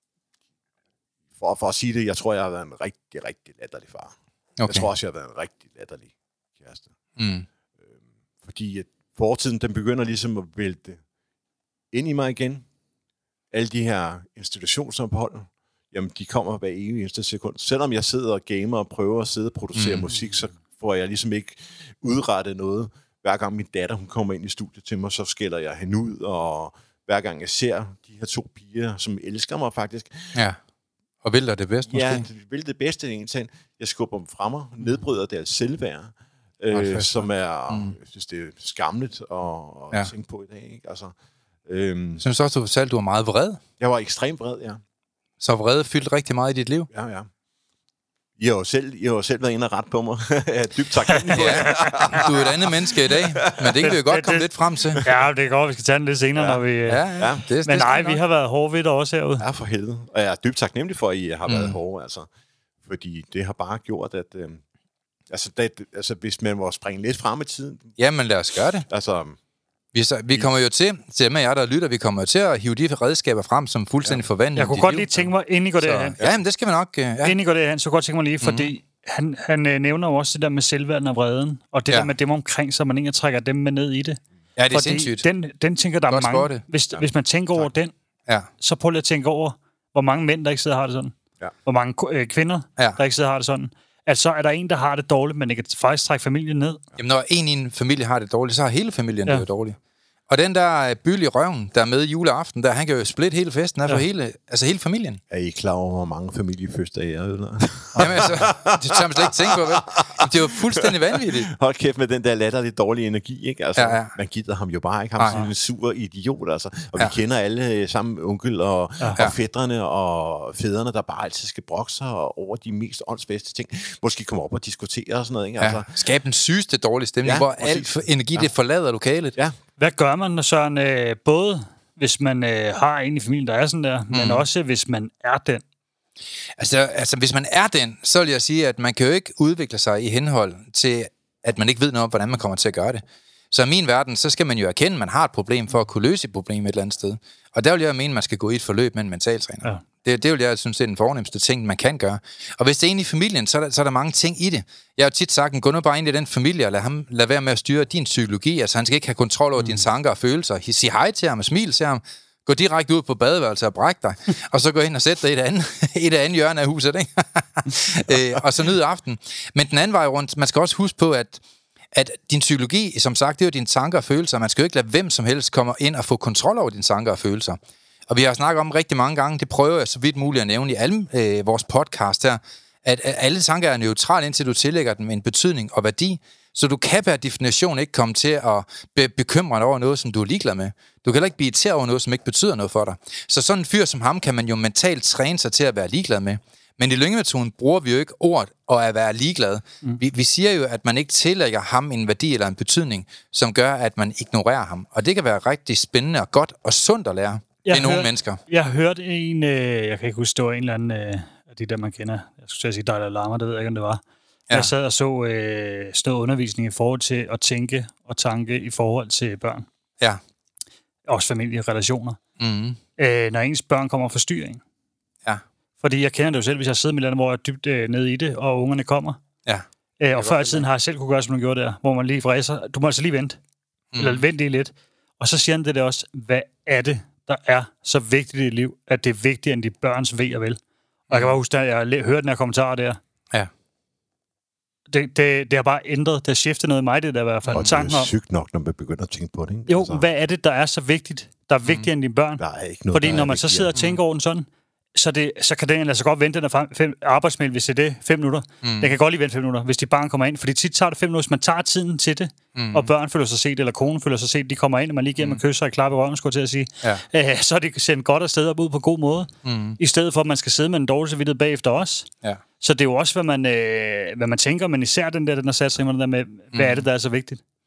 for, for at sige det, jeg tror, jeg har været en rigtig, rigtig latterlig far. Okay. Jeg tror også, jeg har været en rigtig latterlig kæreste. Mm. Øh, fordi at fortiden, den begynder ligesom at vælte ind i mig igen. Alle de her institutionsophold, jamen, de kommer hver evig eneste sekund. Selvom jeg sidder og gamer og prøver at sidde og producere mm. musik, så får jeg ligesom ikke udrettet noget. Hver gang min datter, hun kommer ind i studiet til mig, så skælder jeg hende ud, og hver gang jeg ser de her to piger, som elsker mig faktisk. Ja, og vil der det bedste måske? Ja, de vil det bedste egentlig. Jeg skubber dem fra mig, nedbryder deres selvværd, øh, som er, mm. jeg synes, det er skamligt at, at ja. tænke på i dag. Ikke? Altså, øhm, synes også, du selv, du var meget vred? Jeg var ekstremt vred, ja. Så vrede fyldte rigtig meget i dit liv? Ja, ja. I har jo selv, I har jo selv været inde og ret på mig. Jeg er dybt taknemmelig for ja. Du er et andet menneske i dag, men det kan vi jo godt det, komme det, lidt frem til. Ja, det er godt, vi skal tage den lidt senere, ja. når vi... Ja, ja. ja. Det, men nej, vi har været hårde ved det også herude. Ja, for helvede. Og jeg er dybt taknemmelig for, at I har været mm. hårde, altså. Fordi det har bare gjort, at... Øh, altså, det, altså, hvis man må springe lidt frem i tiden... Jamen, lad os gøre det. Altså... Vi, så, vi kommer jo til, til med jer, der lytter, vi kommer jo til at hive de redskaber frem, som fuldstændig ja. forvandler. Jeg kunne godt liv. lige tænke mig, inden I går derhen. Ja, men det skal vi nok... Ja. Inden I går derhen, så godt tænke mig lige, fordi mm. han, han øh, nævner jo også det der med selvværden og vreden, og det ja. der med dem omkring, så man ikke trækker dem med ned i det. Ja, det er fordi sindssygt. Den, den tænker, der godt er mange... Hvis, ja. hvis man tænker over tak. den, ja. så prøv lige at tænke over, hvor mange mænd, der ikke sidder og har det sådan. Ja. Hvor mange øh, kvinder, ja. der ikke sidder og har det sådan. At så er der en, der har det dårligt, men ikke kan faktisk trække familien ned. Jamen, når en i en familie har det dårligt, så har hele familien ja. det jo dårligt. Og den der byld i røven, der er med juleaften, der, han kan jo splitte hele festen af for ja. hele, altså hele familien. Er I klar over, hvor mange familiefødselsdage er, eller? Jamen altså, det tør man slet ikke tænke på, vel? Det er jo fuldstændig vanvittigt. Hold kæft med den der latterligt dårlige energi, ikke? Altså, ja, ja. man gider ham jo bare ikke. Ham sådan en sur idiot, altså. Og ja. vi kender alle sammen onkel og, ja. og fædrene og fædrene, der bare altid skal brokke sig over de mest åndsbedste ting. Måske komme op og diskutere og sådan noget, ikke? Altså. Ja. Skabe den sygeste dårlige stemning, ja, hvor alt energi, ja. det forlader lokalet. Ja. Hvad gør man, når sådan, øh, både hvis man øh, har en i familien, der er sådan der, mm. men også hvis man er den? Altså, altså, hvis man er den, så vil jeg sige, at man kan jo ikke udvikle sig i henhold til, at man ikke ved noget om, hvordan man kommer til at gøre det. Så i min verden, så skal man jo erkende, at man har et problem for at kunne løse et problem et eller andet sted. Og der vil jeg mene, at man skal gå i et forløb med en mentaltræner. Ja. Det, det vil jeg synes, det er den fornemmeste ting, man kan gøre. Og hvis det er en i familien, så er, der, så er der mange ting i det. Jeg har jo tit sagt, gå nu bare ind i den familie, og lad ham lad være med at styre din psykologi. Altså, han skal ikke have kontrol over mm. dine tanker og følelser. Sig hej til ham og smil til ham. Gå direkte ud på badeværelset og bræk dig. Og så gå ind og sæt dig i et andet, et andet hjørne af huset, ikke? øh, og så nyde aften. Men den anden vej rundt, man skal også huske på, at at din psykologi, som sagt, det er jo dine tanker og følelser. Man skal jo ikke lade hvem som helst komme ind og få kontrol over dine tanker og følelser. Og vi har snakket om rigtig mange gange, det prøver jeg så vidt muligt at nævne i alle øh, vores podcast her, at, at alle tanker er neutrale, indtil du tillægger dem en betydning og værdi. Så du kan per definition ikke komme til at be- bekymre dig over noget, som du er ligeglad med. Du kan heller ikke blive irriteret over noget, som ikke betyder noget for dig. Så sådan en fyr som ham kan man jo mentalt træne sig til at være ligeglad med. Men i lyngemetoden bruger vi jo ikke ordet og at være ligeglad. Mm. Vi, vi siger jo, at man ikke tillægger ham en værdi eller en betydning, som gør, at man ignorerer ham. Og det kan være rigtig spændende og godt og sundt at lære med nogle hørt, mennesker. Jeg har hørt en, øh, jeg kan ikke huske, det var en eller anden øh, af de der, man kender. Jeg skulle sige Dalai Lama, det ved jeg ikke, om det var. Ja. Jeg sad og så øh, sådan noget undervisning i forhold til at tænke og tanke i forhold til børn. Ja. Også familierelationer. Mm. Øh, når ens børn kommer og forstyrrer en. Ja. Fordi jeg kender det jo selv, hvis jeg sidder med et eller andet, hvor jeg er dybt øh, nede i det, og ungerne kommer. Ja. Øh, og før i tiden har jeg selv kunne gøre, som man gjorde der, hvor man lige fræser. Du må altså lige vente. Mm. Eller vente lige lidt. Og så siger han det der også, hvad er det, der er så vigtigt i dit liv, at det er vigtigere end de børns ve og vel. Og mm. jeg kan bare huske, at jeg hørte den her kommentar der. Ja. Det, det, det har bare ændret, det har skiftet noget i mig, det der i hvert fald. Og det er sygt nok, når man begynder at tænke på det, ikke? Jo, altså. Hvad er det, der er så vigtigt? Der er vigtigere mm. end dine børn? Der er ikke noget, fordi når man så sidder og tænker over den sådan, så, det, så kan den altså godt vente den er fem, arbejdsmail, hvis det er det, fem minutter. Mm. Den kan godt lige vente fem minutter, hvis de barn kommer ind. Fordi tit tager det fem minutter, hvis man tager tiden til det, mm. og børn føler sig set, eller konen føler sig set, de kommer ind, og man lige giver dem mm. en kys og klar ved røven, skulle jeg til at sige. Ja. Æh, så er det sendt godt afsted og ud på god måde, mm. i stedet for, at man skal sidde med en dårlig samvittighed bagefter os. Ja. Så det er jo også, hvad man, øh, hvad man tænker, men især den der, den har sat sig i mig, den der med, hvad mm. er det, der er så vigtigt?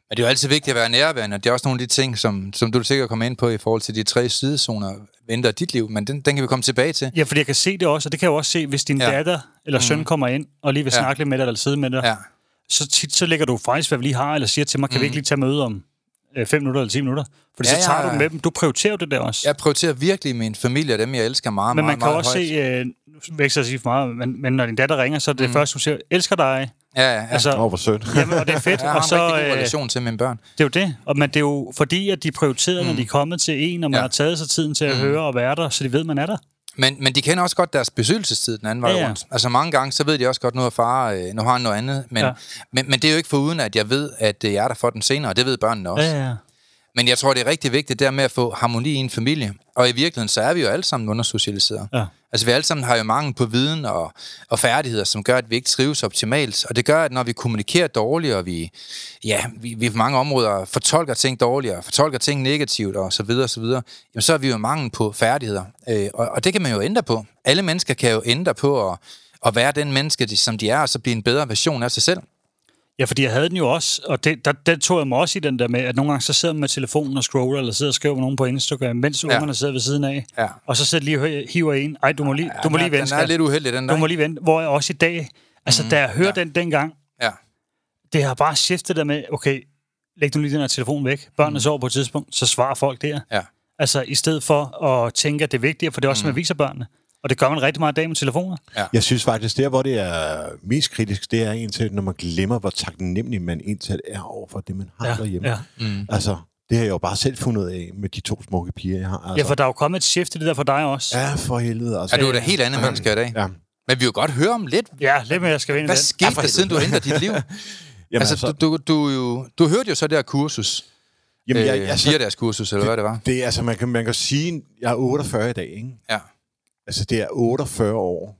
Men det er jo altid vigtigt at være nærværende, og det er også nogle af de ting, som, som du sikkert kommer ind på i forhold til de tre sidezoner, venter dit liv, men den, den kan vi komme tilbage til. Ja, fordi jeg kan se det også, og det kan jeg jo også se, hvis din ja. datter eller søn mm. kommer ind, og lige vil ja. snakke lidt med dig, eller sidde med dig, ja. så tit så lægger du faktisk, hvad vi lige har, eller siger til mig, kan mm. vi ikke lige tage møde om øh, fem minutter eller ti minutter? Fordi ja, så tager ja, ja. du med dem. Du prioriterer det der også. Jeg prioriterer virkelig min familie, og dem jeg elsker meget, men meget, meget, meget højt. Men man kan også højt. se, øh, nu vil jeg ikke sige for meget, men, men når din datter ringer, så er det mm. første, du siger, elsker dig. Ja, ja, ja. Altså, oh, hvor sødt. Jamen, og det er fedt. Jeg har og så, en rigtig god relation til mine børn. Det er jo det. Og, men det er jo fordi, at de prioriterer, mm. når de er kommet til en, og man ja. har taget sig tiden til at mm. høre og være der, så de ved, man er der. Men, men de kender også godt deres besøgelsestid den anden vej ja, ja. rundt. Altså mange gange, så ved de også godt, nu er far, øh, nu har han noget andet. Men, ja. men, men det er jo ikke for uden, at jeg ved, at jeg er der for den senere, og det ved børnene også. Ja, ja. Men jeg tror, det er rigtig vigtigt, der med at få harmoni i en familie. Og i virkeligheden, så er vi jo alle sammen undersocialiseret. Ja. Altså vi alle sammen har jo mangel på viden og, og færdigheder, som gør, at vi ikke trives optimalt. Og det gør, at når vi kommunikerer dårligt, og vi, ja, vi, vi på mange områder fortolker ting dårligere, fortolker ting negativt og så videre, og så videre, jamen så er vi jo mangel på færdigheder. Øh, og, og det kan man jo ændre på. Alle mennesker kan jo ændre på at, at være den menneske, som de er, og så blive en bedre version af sig selv. Ja, fordi jeg havde den jo også, og det, der, den tog jeg mig også i den der med, at nogle gange så sidder man med telefonen og scroller, eller sidder og skriver nogen på Instagram, mens ja. ungerne sidder ved siden af, ja. og så sidder lige og hiver en, ej, du må lige, du må lige vente. Den er lidt uheldig, den der. Du må lige vente, hvor jeg også i dag, altså mm, da jeg hørte ja. den dengang, ja. det har bare skiftet der med, okay, læg nu lige den her telefon væk, børnene mm. sover på et tidspunkt, så svarer folk der. Ja. Altså i stedet for at tænke, at det er vigtigt, for det er også, mm. man viser børnene. Og det gør man rigtig meget i dag med telefoner. Ja. Jeg synes faktisk, der hvor det er mest kritisk, det er indtil, når man glemmer, hvor taknemmelig man indtil er over for det, man har ja. derhjemme. Ja. Mm. Altså, det har jeg jo bare selv fundet af med de to smukke piger, jeg har. Altså. Ja, for der er jo kommet et shift i det der for dig også. Ja, for helvede. Altså. Er du da helt andet menneske i dag? Ja. Men vi vil jo godt høre om lidt. Ja, lidt mere skal vi ind i Hvad skete der, siden du ændrede dit liv? Jamen, altså, altså du, du, du, du hørte jo så det her kursus. Jamen, jeg, øh, altså, fire deres kursus, eller det, hvad det var? Det er, altså, man kan, man kan sige, jeg er otteogfyrre i dag, ikke? Ja. Altså, det er otteogfyrre år.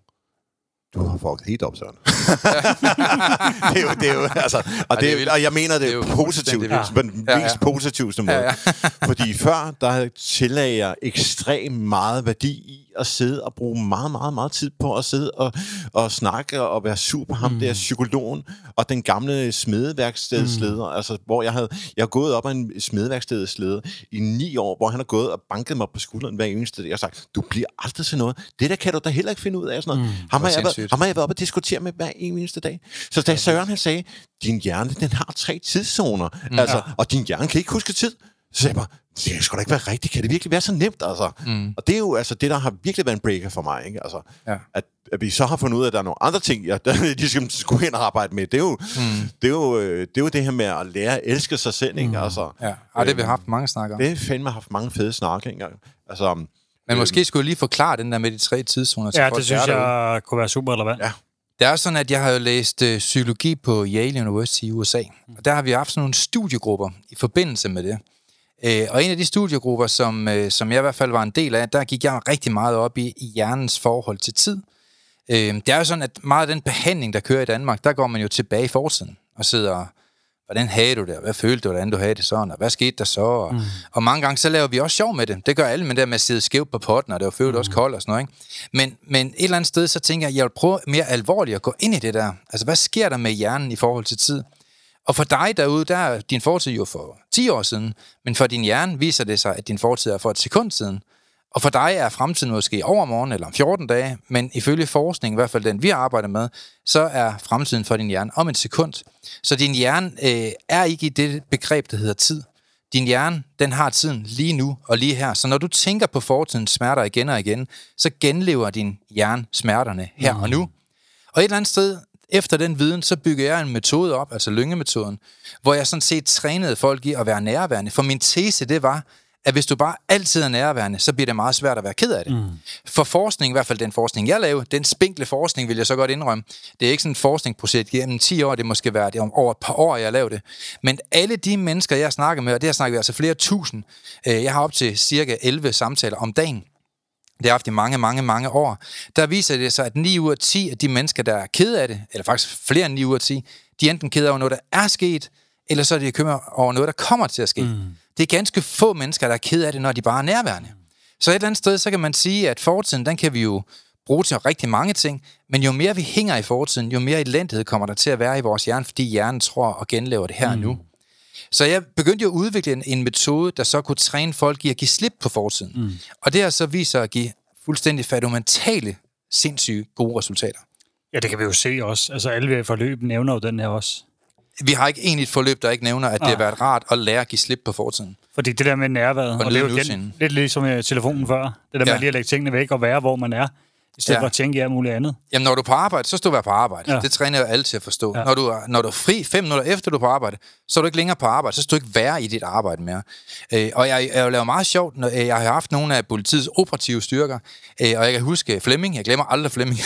Du har fucket helt op, Søren. det er jo, det er jo, altså, og, det, det er, og jeg mener, det er, det er positivt, ja. på den ja, ja. mest positivste måde. Ja, ja. Fordi før, der tillagde jeg ekstremt meget værdi i at sidde og bruge meget, meget, meget tid på at sidde og, og snakke og være sur på ham, mm. der psykologen, og den gamle smedeværkstedsleder, mm. altså, hvor jeg havde, jeg har gået op af en smedeværkstedsleder i ni år, hvor han har gået og banket mig på skulderen hver eneste dag og sagt, du bliver aldrig til noget. Det der kan du da heller ikke finde ud af. Sådan noget. Mm. Ham, har jeg været, ham har jeg været oppe og diskutere med hver eneste dag. Så da Søren han sagde, din hjerne, den har tre tidszoner, mm. altså, og din hjerne kan ikke huske tid. Så sagde jeg bare, det skal da ikke være rigtigt. Kan det virkelig være så nemt? Altså? Mm. Og det er jo altså det, der har virkelig været en breaker for mig. Ikke? Altså, ja. at, at vi så har fundet ud af, at der er nogle andre ting, jeg de skal skulle hen og arbejde med. Det er jo, mm. det, er jo, det er jo det her med at lære at elske sig selv. Ikke? Altså, ja. Og det har vi haft mange snakker om. Det har fandme haft mange fede snakker. Ikke? Altså, Men øh, måske skulle jeg lige forklare den der med de tre tidszoner. Ja, det synes jeg kunne være super relevant. Ja. Det er sådan, at jeg har jo læst øh, psykologi på Yale University i U S A. Og der har vi haft sådan nogle studiegrupper i forbindelse med det. Øh, og en af de studiegrupper, som, øh, som jeg i hvert fald var en del af, der gik jeg rigtig meget op i, i hjernens forhold til tid. Øh, det er jo sådan, at meget af den behandling, der kører i Danmark, der går man jo tilbage i fortiden og sidder, hvordan havde du det, hvad følte du, hvordan du havde det sådan, og hvad skete der så? Og, mm. og mange gange, så laver vi også sjov med det. Det gør alle med det med at sidde skævt på potten, og det var følt mm. også koldt og sådan noget. Ikke? Men, men et eller andet sted, så tænker jeg, jeg vil prøve mere alvorligt at gå ind i det der. Altså, hvad sker der med hjernen i forhold til tid? Og for dig derude, der er din fortid jo for ti år siden, men for din hjerne viser det sig, at din fortid er for et sekund siden. Og for dig er fremtiden måske overmorgen eller om fjorten dage, men ifølge forskning, i hvert fald den vi arbejder med, så er fremtiden for din hjerne om et sekund. Så din hjerne øh, er ikke i det begreb, der hedder tid. Din hjerne, den har tiden lige nu og lige her. Så når du tænker på fortidens smerter igen og igen, så genlever din hjerne smerterne her mm. og nu. Og et eller andet sted, efter den viden, så bygger jeg en metode op, altså lyngemetoden, hvor jeg sådan set trænede folk i at være nærværende. For min tese, det var, at hvis du bare altid er nærværende, så bliver det meget svært at være ked af det. Mm. For forskning, i hvert fald den forskning, jeg lavede, den spinkle forskning, vil jeg så godt indrømme, det er ikke sådan et forskningsprojekt gennem ti år, det måske være det om over et par år, jeg lavede det. Men alle de mennesker, jeg snakker med, og det har snakket altså flere tusind, jeg har op til cirka elleve samtaler om dagen, det har haft i mange, mange, mange år, der viser det sig, at ni ud af ti af de mennesker, der er ked af det, eller faktisk flere end ni ud af ti, de er enten ked over noget, der er sket, eller så er de ked over noget, der kommer til at ske. Mm. Det er ganske få mennesker, der er ked af det, når de bare er nærværende. Så et eller andet sted, så kan man sige, at fortiden, den kan vi jo bruge til rigtig mange ting, men jo mere vi hænger i fortiden, jo mere elendighed kommer der til at være i vores hjerne, fordi hjernen tror og genlaver det her mm. nu. Så jeg begyndte jo at udvikle en, en metode, der så kunne træne folk i at give slip på fortiden. Mm. Og det har så vist sig at give fuldstændig fundamentale, sindssyge gode resultater. Ja, det kan vi jo se også. Altså alle forløb nævner jo den her også. Vi har ikke egentlig et forløb, der ikke nævner, at det har været rart at lære at give slip på fortiden. Fordi det der med nærværet, og, og det er jo igen, lidt ligesom med telefonen før, det der med ja. lige at lægge tingene væk og være, hvor man er, i stedet ja. for at tænke alt muligt andet. Jamen, når du er på arbejde, så skal du være på arbejde. Ja. Det træner jeg alle til at forstå. Ja. Når, du er, når du er fri fem minutter efter, du er på arbejde, så er du ikke længere på arbejde. Så skal du ikke være i dit arbejde mere. Øh, og jeg, jeg laver meget sjovt, når jeg har haft nogle af politiets operative styrker, øh, og jeg kan huske Flemming. Jeg glemmer aldrig Flemming.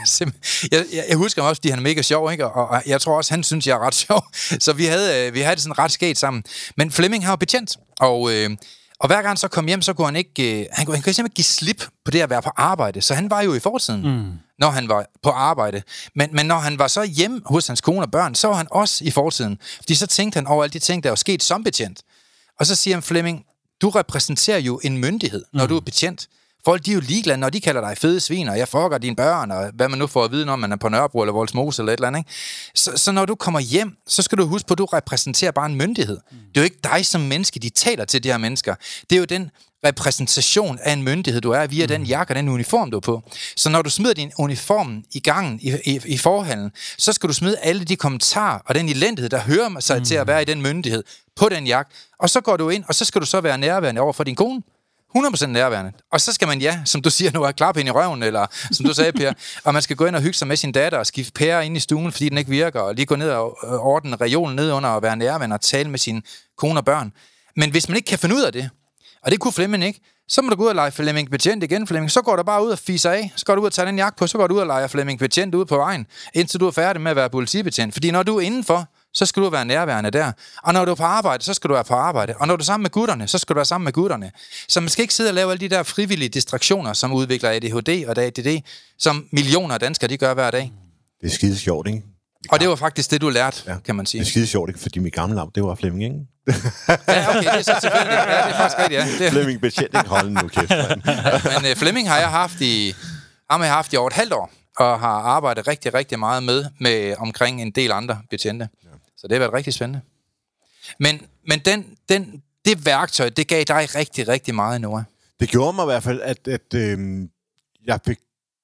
jeg, jeg, jeg husker ham også, fordi han er mega sjov, ikke? Og, og jeg tror også, han synes, jeg er ret sjov. Så vi havde, øh, vi havde det sådan ret skægt sammen. Men Flemming har jo betjent, og... Øh, Og hver gang han så kom hjem, så kunne han ikke... Øh, han kunne, han kunne simpelthen give slip på det at være på arbejde. Så han var jo i fortiden, mm. når han var på arbejde. Men, men når han var så hjemme hos hans kone og børn, så var han også i fortiden. Fordi så tænkte han over alle de ting, der var sket som betjent. Og så siger han, Flemming, du repræsenterer jo en myndighed, når mm. du er betjent. Folk, de er jo ligeglade, når de kalder dig fede svin, og jeg fucker dine børn, og hvad man nu får at vide, når man er på Nørrebro eller Vollsmose eller et eller andet. Ikke? Så, så når du kommer hjem, så skal du huske på, at du repræsenterer bare en myndighed. Mm. Det er jo ikke dig som menneske, de taler til de her mennesker. Det er jo den repræsentation af en myndighed, du er via mm. den jakke og den uniform, du er på. Så når du smider din uniform i gangen, i, i, i forhallen, så skal du smide alle de kommentarer og den elendighed, der hører sig mm. til at være i den myndighed, på den jakke. Og så går du ind, og så skal du så være nærværende over for din kone. hundrede procent nærværende. Og så skal man, ja, som du siger nu, have klappe ind i røven, eller som du sagde, Per, og man skal gå ind og hygge sig med sin datter og skifte pære ind i stuen, fordi den ikke virker, og lige gå ned og ordne reolen ned under og være nærværende og tale med sin kone og børn. Men hvis man ikke kan finde ud af det, og det kunne Flemming ikke, så må du gå ud og lege Flemming betjent igen, Flemming. Så går du bare ud og fiser af. Så går du ud og tager den jakke på, så går du ud og leger Flemming betjent ude på vejen, indtil du er færdig med at være politibetjent. Fordi når du er indenfor, så skal du være nærværende der. Og når du er på arbejde, så skal du være på arbejde. Og når du er sammen med gutterne, så skal du være sammen med gutterne. Så man skal ikke sidde og lave alle de der frivillige distraktioner, som udvikler A D H D og A D D, som millioner af danskere, de gør hver dag. Det er skide sjovt, ikke? Og det var faktisk det, du lærte, ja. kan man sige. Det er skide sjovt, ikke? Fordi mit gamle navn, det var Flemming, ikke? Ja, okay, det er så tilfældigt. Ja, det er faktisk rigtigt, ja. Det... Flemming betjent, ikke? Hold nu kæft, Men uh, Flemming har jeg haft i, ham har jeg haft i over et halvt år, og har arbejdet rigtig, rigtig meget med, med omkring en del andre betjente. Ja. Så det har været rigtig spændende. Men, men den, den, det værktøj, det gav dig rigtig, rigtig meget, Noah. Det gjorde mig i hvert fald, at, at øh, jeg fik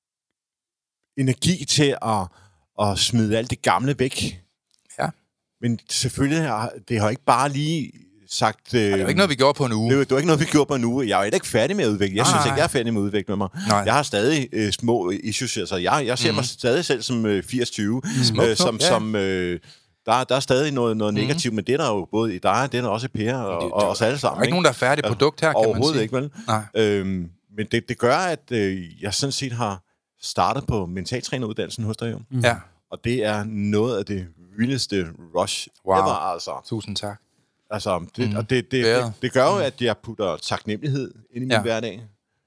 energi til at, at smide alt det gamle væk. Ja. Men selvfølgelig, har, det har ikke bare lige sagt... Øh, det var ikke noget, vi gjorde på en uge. Det var, det var ikke noget, vi gjorde på en uge. Jeg er ikke færdig med at udvikle. Jeg ah, synes ikke, jeg er færdig med at udvikle med mig. Nej. Jeg har stadig øh, små issues. Altså, jeg, jeg ser mm. mig stadig selv som øh, firs tyve. Mm. Øh, som... Ja. som øh, Der, der er stadig noget, noget mm. negativt, men det er der jo både i dig, det er der også i Per og, det, det, og os alle sammen. Der er ikke nogen, der er færdig produkt her, kan man sige. Overhovedet ikke, vel? Nej. Øhm, men det, det gør, at øh, jeg sådan set har startet på mentaltræneruddannelsen hos dig jo. Mm. Ja. Og det er noget af det vildeste rush wow. ever, altså. Tusind tak. Altså, det, mm. og det, det, det, det gør jo, at jeg putter taknemmelighed ind i min ja. hverdag.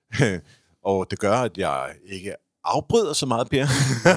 Og det gør, at jeg ikke afbryder så meget, Per.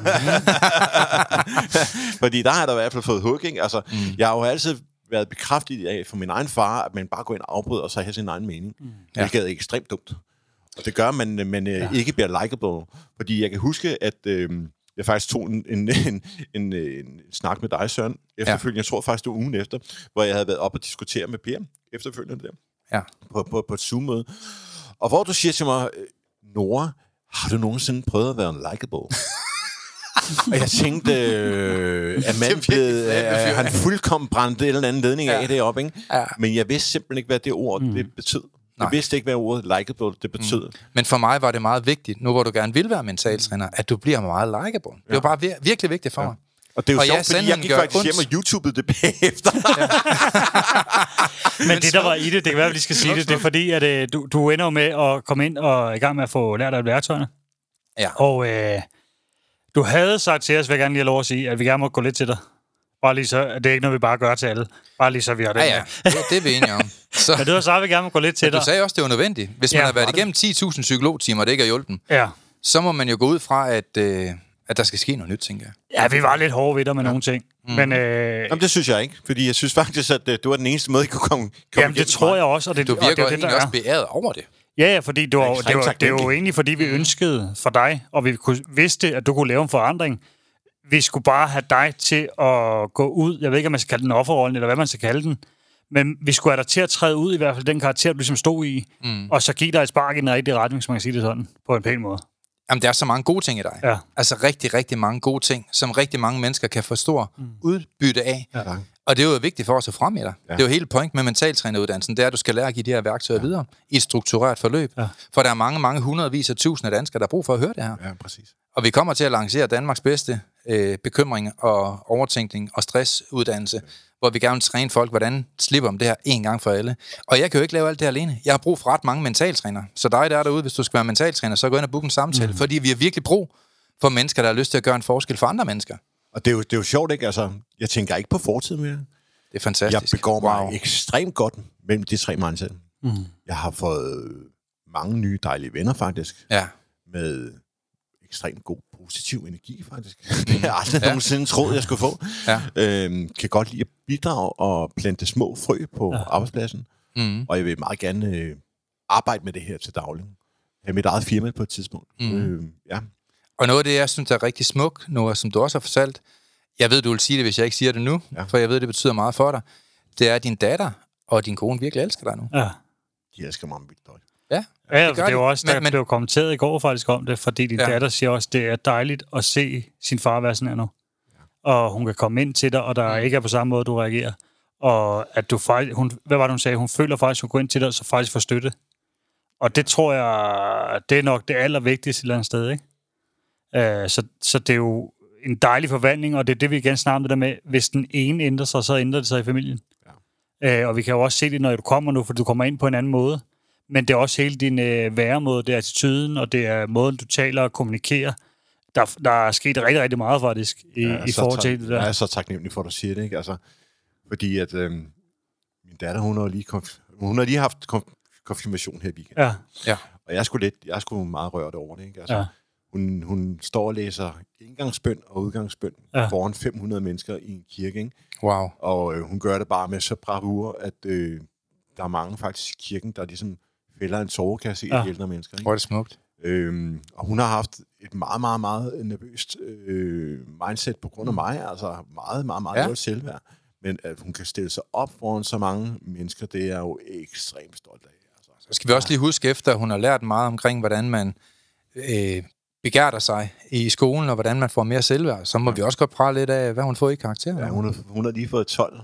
Fordi der har der i hvert fald fået hug, ikke? Altså, mm. jeg har jo altid været bekræftet af for min egen far, at man bare går ind og afbryder, og så har sin egen mening. Mm. Ja. Hvilket er ekstremt dumt. Og det gør, at man, man ja. ikke bliver likeable. Fordi jeg kan huske, at øh, jeg faktisk tog en, en, en, en, en snak med dig, Søren, efterfølgende. Ja. Jeg tror faktisk, det var ugen efter, hvor jeg havde været op og diskutere med Per, efterfølgende der, ja. på, på, på et Zoom-møde. Og hvor du siger til mig, Nora, har du nogensinde prøvet at være en likeable? Og jeg tænkte, øh, at man blev, øh, han fuldkommen brændte en eller anden ledning af ja. det op, ikke? Ja. Men jeg vidste simpelthen ikke, hvad det ord mm. det betød. Jeg vidste ikke, hvad ordet likeable det betød. Mm. Men for mig var det meget vigtigt, nu hvor du gerne vil være mentaltræner, at du bliver meget likeable. Det var bare vir- virkelig vigtigt for ja. mig. Og det er jo og sjovt, fordi jeg gik faktisk hjem og YouTubede det bagefter. Ja. Men det, der var i det, det kan være, at vi skal sige det, det er fordi, at øh, du, du ender med at komme ind og i gang med at få lært af værktøjerne. Ja. Og øh, du havde sagt til os, vil jeg gerne lige have lov at sige, at vi gerne må gå lidt til dig. Bare lige så, det er ikke noget, vi bare gør til alle. Bare lige så vi har det. Ja, ja. Det, det er vi enige om. Så. Men det var så, at vi gerne må gå lidt til dig. Du sagde også, det var nødvendigt. Hvis man ja, har været igennem ti tusind psykologtimer, og det ikke har hjulpet, ja. så må man jo gå ud fra, at... Øh, at der skal ske noget nyt, tænker jeg. Ja, vi var lidt hårde ved dig med ja. nogle ting. Mm. Men, øh... Jamen, det synes jeg ikke. Fordi jeg synes faktisk, at det var den eneste måde, I kunne komme, komme Jamen, det tror jeg også. Og det, du virker og det, jo egentlig også beæret over det. Ja, ja, fordi det var, det var, det var jo egentlig, fordi vi ønskede for dig, og vi kunne, vidste, at du kunne lave en forandring. Vi skulle bare have dig til at gå ud, jeg ved ikke, om man skal kalde den offerrollen, eller hvad man skal kalde den, Men vi skulle have dig til at træde ud, i hvert fald den karakter, du ligesom stod i, mm. og så give dig et spark i den rigtige retning, hvis man kan sige det sådan, på en pæn måde. Jamen, der er så mange gode ting i dig. Ja. Altså rigtig, rigtig mange gode ting, som rigtig mange mennesker kan få stor mm. udbytte af. Ja. Og det er jo vigtigt for os at fremme i dig. Ja. Det er jo hele point med mentaltræneruddannelsen, det er, at du skal lære at give de her værktøjer ja. videre i et struktureret forløb. Ja. For der er mange, mange hundredvis af tusinder af danskere, der har brug for at høre det her. Ja, præcis. Og vi kommer til at lancere Danmarks bedste øh, bekymring og overtænkning og stressuddannelse, ja. hvor vi gerne vil træne folk, hvordan slipper om det her en gang for alle. Og jeg kan jo ikke lave alt det alene. Jeg har brug for ret mange mentaltrænere. Så dig, der er derude, hvis du skal være mentaltræner, så gå ind og booke en samtale, mm. fordi vi har virkelig brug for mennesker, der har lyst til at gøre en forskel for andre mennesker. Og det er jo, det er jo sjovt, ikke? Altså, jeg tænker ikke på fortiden mere. Det er fantastisk. Jeg begår mig wow. ekstremt godt mellem de tre mindset. Mm. Jeg har fået mange nye dejlige venner, faktisk. Ja. Med ekstremt god, positiv energi, faktisk. Mm. Det har jeg aldrig ja. nogensinde troet, jeg skulle få. Ja. Øhm, kan godt lide at bidrage og plante små frø på ja. arbejdspladsen. Mm. Og jeg vil meget gerne øh, arbejde med det her til daglig. Jeg har mit eget firma på et tidspunkt. Mm. Øh, ja. Og noget af det, jeg synes, er rigtig smukt, noget som du også har fortalt, jeg ved, du vil sige det, hvis jeg ikke siger det nu, ja. for jeg ved, det betyder meget for dig, det er, at din datter og din kone virkelig elsker dig nu. Ja. De elsker mig vildt højt. Ja, ja det, det er jo også, der men, blev kommenteret i går faktisk om det, fordi din ja. datter siger også, det er dejligt at se sin far være sådan her nu. Ja. Og hun kan komme ind til dig, og der mm. ikke er på samme måde, du reagerer. Og at du faktisk, hun, hvad var det, hun sagde? Hun føler faktisk, hun går ind til dig, og så faktisk får støtte. Og det tror jeg, det er nok det allervigtigste et eller andet sted, ikke? Uh, så, så det er jo en dejlig forvandling, og det er det, vi igen snakker om det der med, hvis den ene ændrer sig, så ændrer det sig i familien. Ja. Uh, og vi kan jo også se det, når du kommer nu, for du kommer ind på en anden måde. Men det er også hele din uh, væremåde, det er attituden, og det er måden, du taler og kommunikerer. Der, der er sket rigtig, rigtig meget faktisk i, ja, i forhold til det der. Jeg er så taknemmelig for, at du siger det, ikke? Altså, fordi at øh, min datter, hun har lige, konf- hun har lige haft konf- konfirmation her i weekenden. Ja. Ja. Og jeg er sgu lidt, jeg er sgu meget rørt over det, ikke? Altså, ja. hun, hun står og læser indgangsbøn og udgangsbøn ja. foran fem hundrede mennesker i en kirke, ikke? Wow. Og øh, hun gør det bare med så bravur, at øh, der er mange faktisk i kirken, der ligesom fælder en sovekasse i ja. de ældre mennesker, ikke? Hvor er det smukt. Øhm, og hun har haft et meget, meget, meget nervøst øh, mindset på grund af mig, altså meget, meget, meget ja. lavt selvværd. Men at hun kan stille sig op foran så mange mennesker, det er jeg jo ekstremt stolt af. Altså. Så skal vi også lige huske efter, at hun har lært meget omkring, hvordan man øh, begærter sig i skolen, og hvordan man får mere selvværd. Så må ja. vi også godt prale lidt af, hvad hun får i karakter. Ja, hun har, hun har lige fået tolv.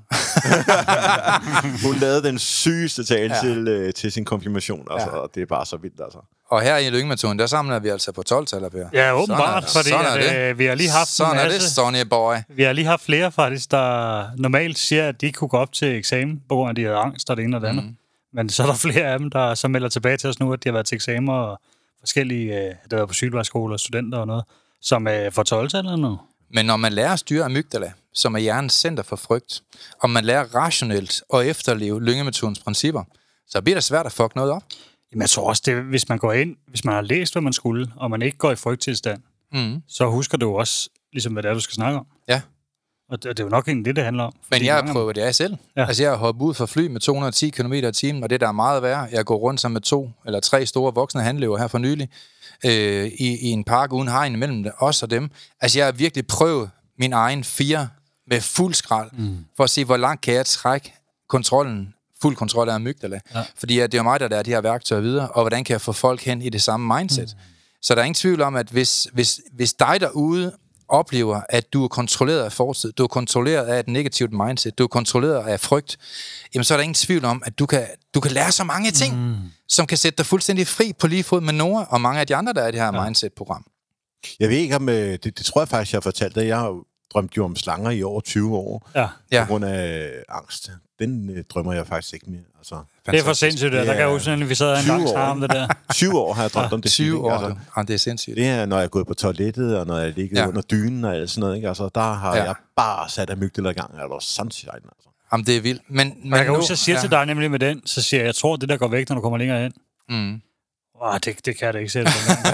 Hun lavede den sygeste tale ja. til, øh, til sin konfirmation, altså, ja. og det er bare så vildt, altså. Og her i Lyngemetoden, der samler vi altså på tolv-taller, Per. Ja, åbenbart, fordi at, øh, vi har lige haft sådan en masse, er det, Sonny boy. Vi har lige haft flere faktisk, der normalt siger, at de ikke kunne gå op til eksamen, på grund af, at de havde angst og det ene og det andet. Mm. Men så er der flere af dem, der så melder tilbage til os nu, at de har været til eksamener og forskellige, øh, der har været på sygeplejeskoler og studenter og noget, som øh, får tolv-taller nu. Men når man lærer at styre amygdala, som er hjernens center for frygt, og man lærer rationelt at efterleve Lyngemetodens principper, så bliver det svært at fuck noget op. Jamen, jeg tror også, det, hvis man går ind, hvis man har læst, hvad man skulle, og man ikke går i frygttilstand, mm. så husker du også, ligesom hvad det er, du skal snakke om. Ja. Og det, det er jo nok egentlig det, det handler om. Men jeg har prøvet det af selv. Ja. Altså, jeg har hoppet ud fra fly med to hundrede og ti kilometer i timen, og det der er meget værre. Jeg går rundt sammen med to eller tre store voksne handløver her for nylig, øh, i, i en park uden hegn imellem os og dem. Altså, jeg har virkelig prøvet min egen fire med fuld skrald, mm. for at se, hvor langt kan jeg trække kontrollen, fuld kontrol af amygdala. Ja. Fordi det er jo mig, der lærer de her værktøjer videre, og hvordan kan jeg få folk hen i det samme mindset. Mm. Så der er ingen tvivl om, at hvis, hvis, hvis dig derude oplever, at du er kontrolleret af fortid, du er kontrolleret af et negativt mindset, du er kontrolleret af frygt, jamen så er der ingen tvivl om, at du kan, du kan lære så mange ting, mm. som kan sætte dig fuldstændig fri på lige fod med Nora og mange af de andre, der er i det her ja. mindset-program. Jeg ved ikke om, det, det tror jeg faktisk, jeg har fortalt dig. Jeg har jo drømt jo om slanger i over tyve år, ja. på grund af angst. Den øh, drømmer jeg faktisk ikke mere. Altså, det er for sindssygt, der, der kan jeg huske, at vi sad en gang om det der. tyve år har jeg drømt ja. om det. tyve år, altså, ja, det er sindssygt. Det er, når jeg er gået på toilettet, og når jeg ligger ja. under dynen og alt sådan noget. Ikke? Altså, der har ja. jeg bare sat amygdala i gang. Jeg er da sandsynligt. Altså. Jamen, det er vildt. Men, men jeg kan nu, huske, jeg siger ja. til dig nemlig med den, så siger jeg, jeg tror, det der går væk, når du kommer længere hen. Mm. Åh, det, det kan det ikke selv.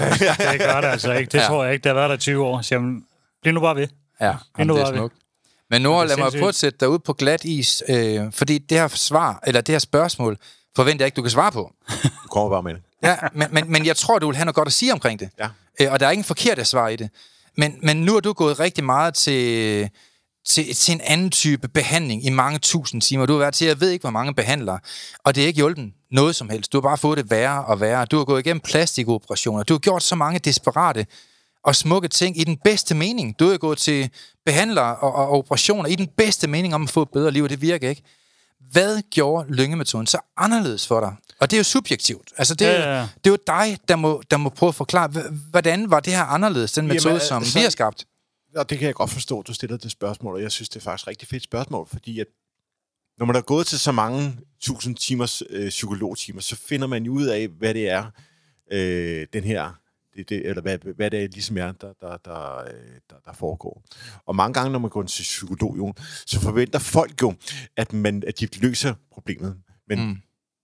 Det gør det altså ikke. Det ja. tror jeg ikke. Det har været der i tyve år. Så jamen, bliv nu bare ved. Ja, jamen, det er smukt. Men nu lad mig prøve at sætte dig ud på glat is, øh, fordi det her svar, eller det her spørgsmål, forventer jeg ikke, du kan svare på. Du kommer bare med det. Ja, men, men, men jeg tror, du vil have noget godt at sige omkring det. Ja. Øh, og der er ingen forkerte svar i det. Men, men nu har du gået rigtig meget til, til, til en anden type behandling i mange tusind timer. Du har været til, jeg ved ikke, hvor mange behandlere, og det er ikke hjulpet noget som helst. Du har bare fået det værre og værre. Du har gået igennem plastikoperationer. Du har gjort så mange desperate og smukke ting i den bedste mening. Du har gået til behandlere og, og operationer i den bedste mening om at få et bedre liv, og det virker ikke. Hvad gjorde lyngemetoden så anderledes for dig? Og det er jo subjektivt. Altså, det er, ja, ja. det er jo dig, der må, der må prøve at forklare, hvordan var det her anderledes, den metode, Jamen, som så, vi har skabt? Og det kan jeg godt forstå, du stiller det spørgsmål, og jeg synes, det er faktisk et rigtig fedt spørgsmål, fordi at når man er gået til så mange tusind timers øh, psykologtimer, så finder man jo ud af, hvad det er, øh, den her, det, det, eller hvad, hvad det ligesom er, der, der, der, der, der foregår. Og mange gange, når man går til psykolog, jo, så forventer folk jo, at, man, at de løser problemet. Men mm.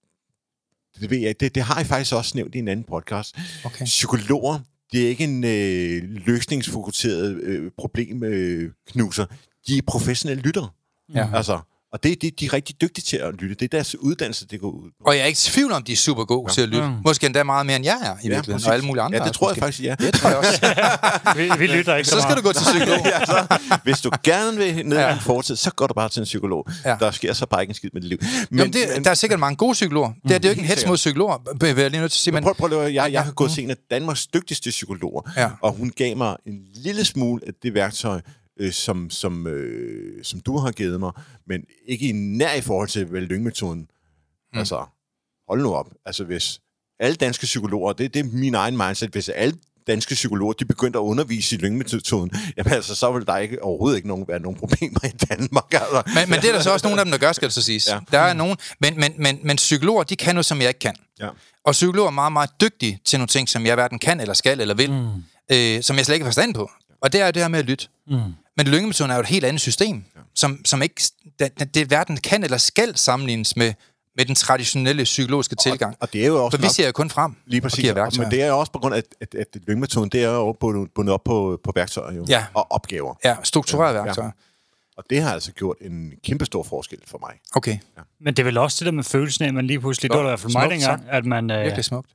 det, ved jeg, det, det har jeg faktisk også nævnt i en anden podcast. Okay. Psykologer, det er ikke en øh, løsningsfokuseret øh, problemknuser. Øh, de er professionelle lyttere. Ja. Altså, og det, det, de er rigtig dygtige til at lytte. Det er deres uddannelse, det går ud på. Og jeg er ikke i tvivl om, de er super gode ja. til at lytte. Mm. Måske endda meget mere, end jeg er, i ja, virkeligheden. Præcis. Og alle mulige andre. Ja, det tror måske. jeg faktisk, ja. Det tror jeg også. vi, vi lytter ikke så, så skal du gå til psykolog. ja, så, hvis du gerne vil ned i ja. din fortid, så går du bare til en psykolog. Ja. Der sker så bare ikke en skid med dit liv. Men, Jamen, det, men, der er sikkert mange gode psykologer. Mm. Det er, det er jo ikke en hets mod psykologer, vil jeg lige nødt til at sige. Men prøv, prøv at jeg, jeg har gået til en af Danmarks dygtigste psykologer, ja. og hun gav mig en lille smule af det værktøj, Øh, som, som, øh, som du har givet mig, men ikke i nær i forhold til lyngemetoden. Mm. Altså, hold nu op. Altså, hvis alle danske psykologer, det, det er min egen mindset, hvis alle danske psykologer, de begyndte at undervise i lyngemetoden, jamen altså, så vil der ikke, overhovedet ikke nogen, være nogen problemer i Danmark. Altså. Men, men det er der så også nogle af dem, der gør, skal det så siges. Ja. Der er nogen, men, men, men, men psykologer, de kan noget, som jeg ikke kan. Ja. Og psykologer er meget, meget dygtige til nogle ting, som jeg hverken kan, eller skal, eller vil, mm. øh, som jeg slet ikke har forstand på. Og det er jo det her med at lytte. Mm. Men lyngemetoden er jo et helt andet system, ja. som, som ikke det, det verden kan eller skal sammenlignes med, med den traditionelle psykologiske tilgang. Og, og det er jo også For vi ser jo kun frem lige præcis, og giver værktøjer. Men det er jo også på grund af, at, at lyngemetoden, det er jo bundet op på, på værktøjer jo, ja. og opgaver. Ja, strukturerede ja. værktøjer. Ja. Og det har altså gjort en kæmpe stor forskel for mig. Okay. Ja. Men det er vel også det der med følelsen af, at man lige pludselig, det var i hvert fald mig dengang, at man... Øh, virkelig smukt.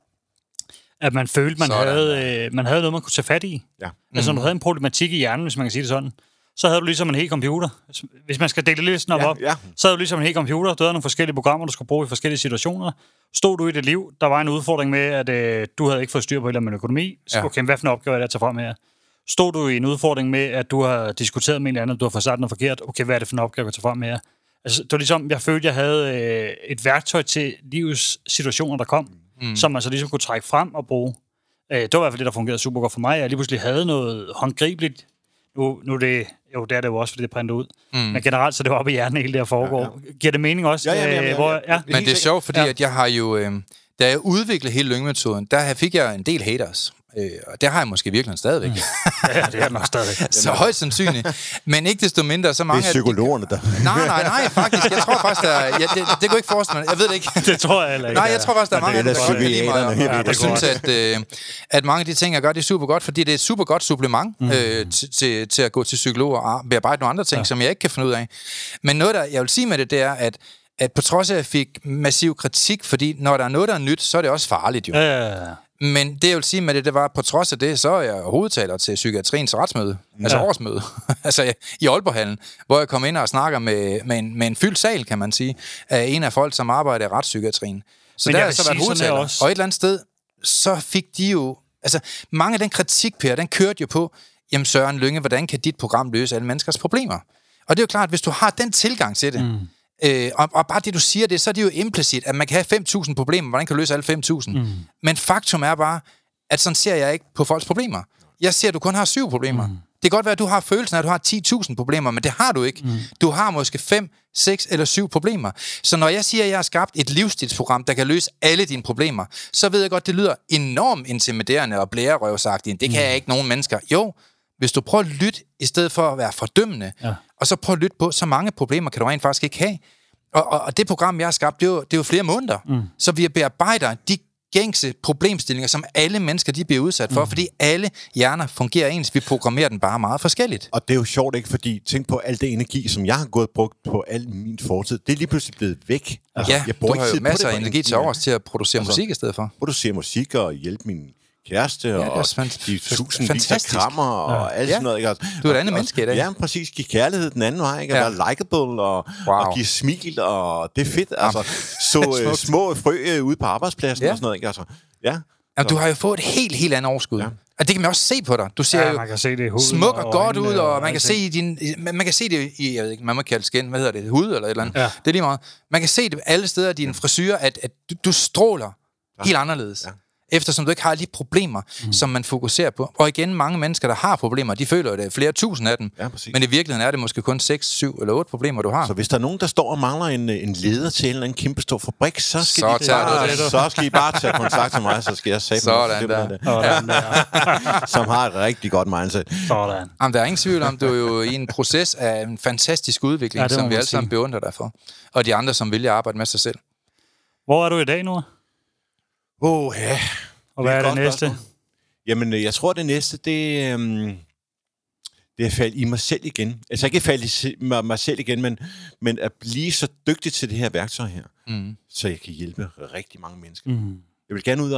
At man følte, man havde, øh, man havde noget, man kunne tage fat i. Ja. Altså, når du havde en problematik i hjernen, hvis man kan sige det sådan, så havde du ligesom en hel computer. Hvis man skal dele listen op, ja, ja. så havde du ligesom en hel computer. Du havde nogle forskellige programmer, du skulle bruge i forskellige situationer. Stod du i dit liv, der var en udfordring med, at øh, du havde ikke fået styr på et eller andet med økonomi. Så, okay, hvad for en opgave er det at tage frem her? Stod du i en udfordring med, at du har diskuteret med en eller anden, du har fået sagt noget forkert. Okay, hvad er det for en opgave at tage frem her? Altså, det var ligesom, jeg følte, jeg havde øh, et værktøj til livets situationer, der kom, mm. som man så ligesom kunne trække frem og bruge. Det var i hvert fald det, der fungerede super godt for mig. Jeg lige pludselig havde noget håndgribeligt. Nu, nu det, jo, det er det jo også, fordi det printer ud. Mm. Men generelt, så det var oppe i hjernen, hele det her foregår. Ja, ja. Giver det mening også? Ja, ja, ja, ja, ja. Hvor, ja. Men det er sjovt, fordi ja. at jeg har jo, øh, da jeg udviklede hele lyngemetoden, der fik jeg en del haters. Øh, og det har jeg måske virkelig stadigvæk. Mm. Ja, det er nok stadigvæk. Så højst sandsynligt. Men ikke desto mindre, så mange... Det er psykologerne, der... Nej, nej, nej, faktisk. Jeg tror faktisk, der er... Ja, det, det kunne ikke forestille mig. Jeg ved det ikke. Det tror jeg heller ikke. Nej, jeg tror faktisk, der er mange, der godt lide mig. Og, ja, jeg synes, at, øh, at mange af de ting, jeg gør, det er super godt, fordi det er et super godt supplement mm. øh, til, til, til at gå til psykolog og bearbejde nogle andre ting, ja. som jeg ikke kan finde ud af. Men noget, der jeg vil sige med det, det er, at at på trods af, at jeg fik massiv kritik, fordi når der er noget, der er nyt, så er det også farligt jo. Ja. Men det, jeg vil sige med det, det var, på trods af det, så er jeg hovedtaler til psykiatriens retsmøde, ja. altså årsmøde, altså i Aalborghallen, hvor jeg kom ind og snakker med, med, en, med en fyldt sal, kan man sige, af en af folk, som arbejder i retspsykiatrien. Så men der har jeg så været hovedtaler. Og et eller andet sted, så fik de jo, altså mange af den kritik, Per, den kørte jo på, jamen Søren Lynge, hvordan kan dit program løse alle menneskers problemer? Og det er jo klart, at hvis du har den tilgang til det, mm. Øh, og, og bare det, du siger det, så er det jo implicit, at man kan have fem tusind problemer. Hvordan kan du løse alle fem tusind? Mm. Men faktum er bare, at sådan ser jeg ikke på folks problemer. Jeg ser, at du kun har syv problemer. Mm. Det kan godt være, at du har følelsen af, at du har ti tusind problemer, men det har du ikke. Mm. Du har måske fem, seks eller syv problemer. Så når jeg siger, at jeg har skabt et livsstilsprogram, der kan løse alle dine problemer, så ved jeg godt, det lyder enormt intimiderende og blærerøvsagtigt. Det kan mm. jeg ikke nogen mennesker. Jo, hvis du prøver at lytte, i stedet for at være fordømmende, ja. og så prøv at lytte på, så mange problemer kan du rent faktisk ikke have. Og, og, og det program, jeg har skabt, det er jo, det er jo flere måneder. Mm. Så vi bearbejder de gængse problemstillinger, som alle mennesker de bliver udsat for, mm. fordi alle hjerner fungerer ens. Vi programmerer den bare meget forskelligt. Og det er jo sjovt, ikke? Fordi tænk på al det energi, som jeg har gået brugt på al min fortid, det er lige pludselig blevet væk. Altså, ja, jeg bruger du har jo masser af energi til overs til at producere altså, musik i stedet for. Producere musik og hjælpe mine kæreste, Ja, og fant- de tusindvis af krammer, og ja. alt ja. sådan noget. Ikke? Altså, Du er et andet menneske i dag. Ja, præcis. Giv kærlighed den anden vej, ikke? Ja. At være likeable, og, wow. og give smil, og det er fedt. Altså, så øh, små frø ude på arbejdspladsen ja. og sådan noget. Ikke? Altså, ja. Jamen, du har jo fået et helt, helt andet overskud. Ja. Og det kan man også se på dig. Du ser ja, jo man kan se det i huden, smuk og, og godt ud, og, og man kan ting. se i din, man, man kan se det i, jeg ved ikke, man må kalde skin, hvad hedder det, hud eller et eller andet. Ja. Det er lige meget. Man kan se det alle steder i din frisyr, at, at du, du stråler ja. helt anderledes. Ja. Eftersom du ikke har de problemer, mm. som man fokuserer på. Og igen, mange mennesker, der har problemer, de føler, at det er flere tusind af dem. Ja, men i virkeligheden er det måske kun seks, syv eller otte problemer, du har. Så hvis der er nogen, der står og mangler en, en leder til en eller anden kæmpe stor fabrik, så skal, så de bare, det. så skal I bare tage kontakt til mig, så skal jeg sætte sådan der. Det, ja. Som har et rigtig godt mindset. Sådan. Jamen, der er ingen tvivl om, du er jo i en proces af en fantastisk udvikling, ja, som vi alle sammen beundrer dig for. Og de andre, som vil arbejde med sig selv. Hvor er du i dag nu? Åh, oh, ja... Og hvad er det næste? Spørgsmål. Jamen, jeg tror, det næste, det, øhm, det er at falde i mig selv igen. Altså ikke falde i mig, mig selv igen, men, men at blive så dygtig til det her værktøj her, mm. så jeg kan hjælpe rigtig mange mennesker. Mm. Jeg vil gerne ud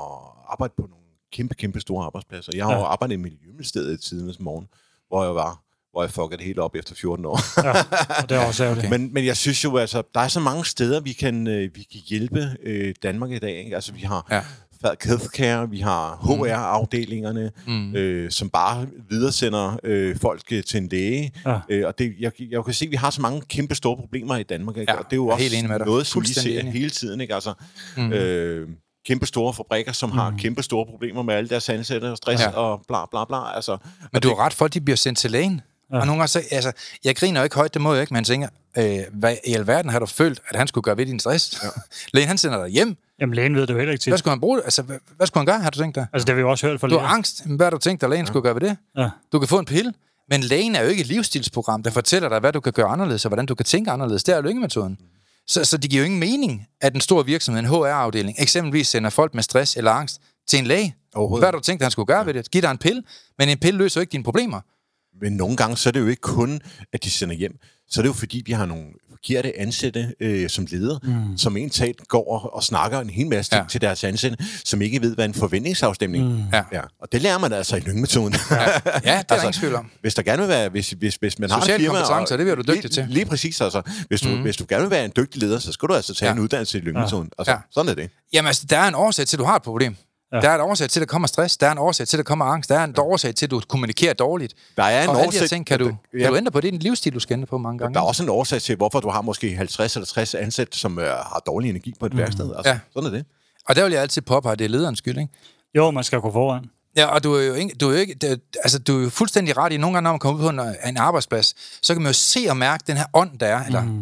og arbejde på nogle kæmpe, kæmpe store arbejdspladser. Jeg har ja. jo arbejdet i Miljøministeriet i tidernes morgen, hvor jeg var, hvor jeg fuckede det hele op efter fjorten år. Ja, og det er også okay. men, men jeg synes jo, altså, der er så mange steder, vi kan, øh, vi kan hjælpe øh, Danmark i dag. Ikke? Altså, vi har... Ja. Healthcare, vi har H R-afdelingerne, mm. øh, som bare videresender øh, folk til en læge. Ja. Øh, og det, jeg, jeg kan se, at vi har så mange kæmpe store problemer i Danmark. Ikke? Ja, og det er jo også noget, som vi ser enig. hele tiden. Ikke? Altså, mm. øh, kæmpe store fabrikker, som mm. har kæmpe store problemer med alle deres ansatte og stress ja. og bla bla bla. Altså, men du det, har ret, folk de bliver sendt til lægen. Ja. Og nogle gange så, altså, jeg griner jo ikke højt, det må jeg ikke, men jeg tænker, øh, hvad i alverden har du følt, at han skulle gøre ved din stress? Ja. Lægen, han sender dig hjem. Jamen, lægen ved det jo heller ikke tit. Hvad skulle han bruge? Altså, hvad, hvad skulle han gøre, har du tænkt dig? Altså, det har vi jo også hørt fra lægen. Du har angst. Hvad har du tænkt dig, lægen ja. skulle gøre ved det? Ja. Du kan få en pille, men lægen er jo ikke et livsstilsprogram, der fortæller dig, hvad du kan gøre anderledes, og hvordan du kan tænke anderledes. Det er jo metoden. Så, så det giver jo ingen mening, at en stor virksomhed, en H R-afdeling, eksempelvis sender folk med stress eller angst til en læge. Hvad har du tænkt, at han skulle gøre ja. ved det? Giv dig en pille, men en pille løser jo ikke dine problemer. Men nogle gange, så er det jo ikke kun, at de sender hjem. Så er det jo fordi, vi har nogle forkerte ansatte øh, som leder, mm. som en talt går og, og snakker en hel masse ja. til deres ansatte, som ikke ved, hvad en forventningsafstemning mm. ja. ja. Og det lærer man altså i Lyng-metoden. Ja. ja, det er altså, ingen tvivl om. Hvis der gerne vil være, hvis, hvis, hvis man social har en firma... kompetencer, det bliver du dygtig lige, til. Lige præcis, altså. Hvis du, mm. hvis du gerne vil være en dygtig leder, så skal du altså tage ja. en uddannelse i Lyng-metoden. Altså, ja. sådan er det. Jamen altså, der er en årsag til, at du har et problem. Ja. Der er en årsag til, at der kommer stress. Der er en årsag til, at der kommer angst. Der er en ja. årsag til, at du kommunikerer dårligt. Der er en og årsag til... Ting, kan, du, ja. kan du ændre på det? Det er en livsstil, du skal ændre på mange gange. Der er også en årsag til, hvorfor du har måske halvtreds eller tres ansatte, som uh, har dårlig energi på et mm. værksted. Altså, ja. Sådan er det. Og der vil jeg altid påpege, at det er lederens skyld, ikke? Jo, man skal gå foran. Ja, og du er jo ikke, du er jo ikke, det, altså du er jo fuldstændig ret i, nogle gange, når man kommer ud på en, en arbejdsplads, så kan man jo se og mærke den her ånd, der er, eller... Mm.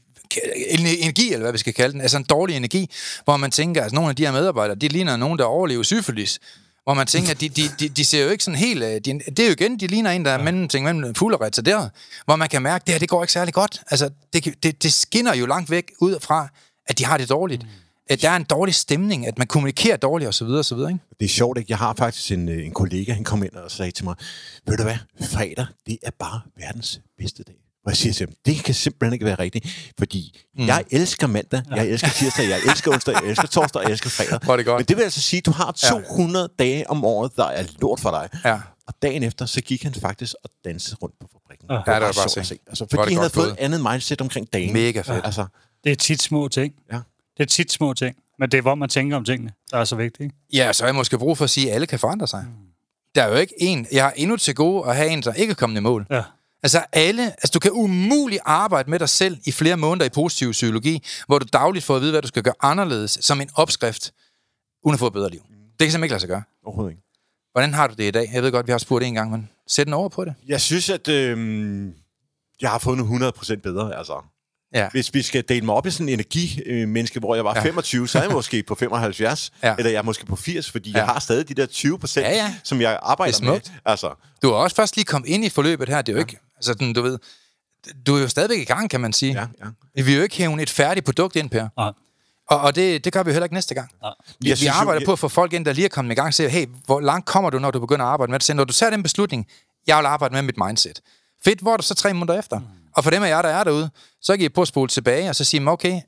energi, eller hvad vi skal kalde den, altså en dårlig energi, hvor man tænker, altså nogle af de her medarbejdere, de ligner nogen, der overlever syfilis, hvor man tænker, de, de, de, de ser jo ikke sådan helt, de, det er jo igen, de ligner en, der er ja. mellem, ting, mellem fuld og retarderet, hvor man kan mærke, det her, det går ikke særlig godt, altså det, det, det skinner jo langt væk ud fra, at de har det dårligt. Mm. At der er en dårlig stemning, at man kommunikerer dårligt, og så videre, og så videre, ikke? Det er sjovt, ikke? Jeg har faktisk en, en kollega, han kom ind og sagde til mig, ved du hvad, fredag, det er bare verdens bedste dag. Og jeg siger til ham, det kan simpelthen ikke være rigtigt, fordi mm. jeg elsker mandag, jeg elsker tirsdag, jeg elsker onsdag, jeg elsker torsdag, jeg elsker fredag. Det godt. Men det vil altså sige, at du har to hundrede ja. dage om året, der er lort for dig. Ja. Og dagen efter, så gik han faktisk og dansede rundt på fabrikken. Ja, det er bare så. Se. Altså, fordi han havde fået et andet mindset omkring dagen. Mega fedt. Ja. Altså, det er tit små ting. Ja. Det er tit små ting. Men det er, hvor man tænker om tingene, der er så vigtigt. Ja, så har jeg måske brug for at sige, at alle kan forandre sig. Mm. Der er jo ikke en... Jeg har endnu til gode at have en, der ikke er kommet i mål. Ja. Altså alle... Altså du kan umuligt arbejde med dig selv i flere måneder i positiv psykologi, hvor du dagligt får at vide, hvad du skal gøre anderledes, som en opskrift, uden at få et bedre liv. Det kan simpelthen ikke lade sig gøre. Overhovedet ikke. Hvordan har du det i dag? Jeg ved godt, vi har spurgt en gang, men sæt den over på det. Jeg synes, at øh, jeg har fundet hundrede procent bedre, altså... Ja. Hvis vi skal dele mig op i sådan en energimenneske, hvor jeg var ja. femogtyve, så er jeg måske på femoghalvfjerds, ja. eller jeg er måske på firs, fordi ja. jeg har stadig de der tyve procent, ja, ja. som jeg arbejder med. Altså. Du har også først lige kommet ind i forløbet her, det er jo ja. ikke, altså den, du ved, du er jo stadigvæk i gang, kan man sige. Ja, ja. Vi er jo ikke hævet et færdigt produkt ind, Per. Ja. Og, og det, det gør vi jo heller ikke næste gang. Ja. Vi, vi arbejder jo, jeg... på at få folk ind, der lige er kommet i gang, og siger, hey, hvor langt kommer du, når du begynder at arbejde med det? Så når du tager den beslutning, jeg vil arbejde med mit mindset. Fedt, hvor er du så tre måneder efter? Mm. Og for dem af jer, der er derude, så kan I på at spole tilbage, og så sige, okay,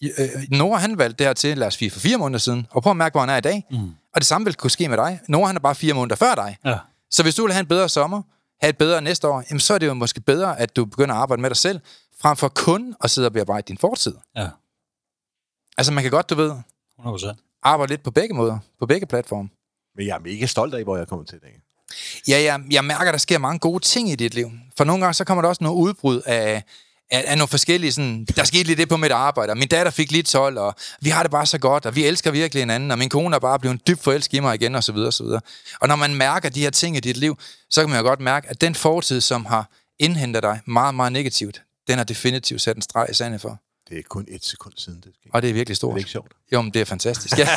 øh, Nora, han valgte det her til, lad os sige, for fire måneder siden, og prøv at mærke, hvor han er i dag. Mm. Og det samme vil kunne ske med dig. Nora, han er bare fire måneder før dig. Ja. Så hvis du vil have en bedre sommer, have et bedre næste år, jamen, så er det jo måske bedre, at du begynder at arbejde med dig selv, frem for kun at sidde og bearbejde din fortid. Ja. Altså, man kan godt, du ved, hundrede procent arbejde lidt på begge måder, på begge platforme. Men jeg er mega stolt af, hvor jeg er kommet til i dag. Ja, jeg, jeg mærker, der sker mange gode ting i dit liv. For nogle gange, så kommer der også noget udbrud af, af, af nogle forskellige, sådan, der skete lige det på mit arbejde, og min datter fik lige tolv, og vi har det bare så godt, og vi elsker virkelig hinanden, og min kone er bare blevet dybt forelsket i mig igen, og så videre, og så videre. Og når man mærker de her ting i dit liv, så kan man jo godt mærke, at den fortid, som har indhentet dig meget, meget negativt, den har definitivt sat en streg i sandet for. Det er kun et sekund siden, det skete. Og det er virkelig stort. Det er ikke sjovt. Jo, men det er fantastisk. Ja.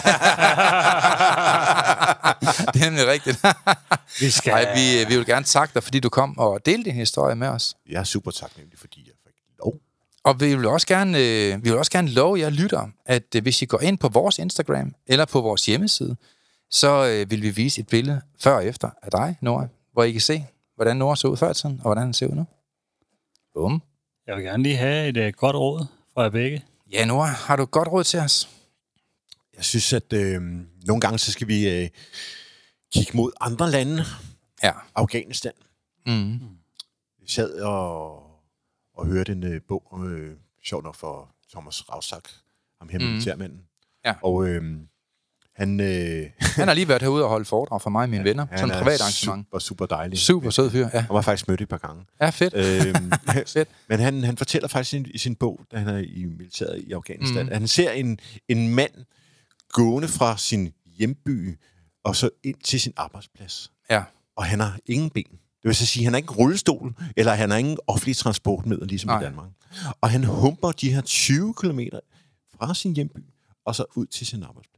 Det er nemlig rigtigt. vi, skal... Ej, vi, vi vil gerne takke dig, fordi du kom og delte din historie med os. Jeg er super taknemmelig, fordi jeg fik lov. Og vi vil også gerne, øh, vi vil også gerne love jer lytter, at øh, hvis I går ind på vores Instagram eller på vores hjemmeside, så øh, vil vi vise et billede før og efter af dig, Nora, hvor I kan se, hvordan Nora så ud før tiden, og hvordan han ser ud nu. Bum. Jeg vil gerne lige have et øh, godt råd fra jer begge. Ja, Nora, har du et godt råd til os? Jeg synes, at øh, nogle gange, så skal vi øh, kigge mod andre lande. Ja. Afghanistan. Mm. Jeg sad og, og hørte en øh, bog, øh, sjov nok for Thomas Rausak, ham her militærmanden. Ja. Og øh, han... Øh, han har lige været herude og holdt foredrag for mig og mine ja, venner. Sådan et privat arrangement. Super, super dejlig. Super sød fyr, ja. Han var faktisk mødt et par gange. Ja, fedt. Øhm, fedt. Men han, han fortæller faktisk i, i sin bog, da han er i militæret i Afghanistan, mm. at han ser en, en mand gående fra sin hjemby og så ind til sin arbejdsplads. Ja. Og han har ingen ben. Det vil sige, at han har ikke rullestol, eller han har ingen offentlig transportmiddel, ligesom Nej. i Danmark. Og han humper de her tyve kilometer fra sin hjemby, og så ud til sin arbejdsplads.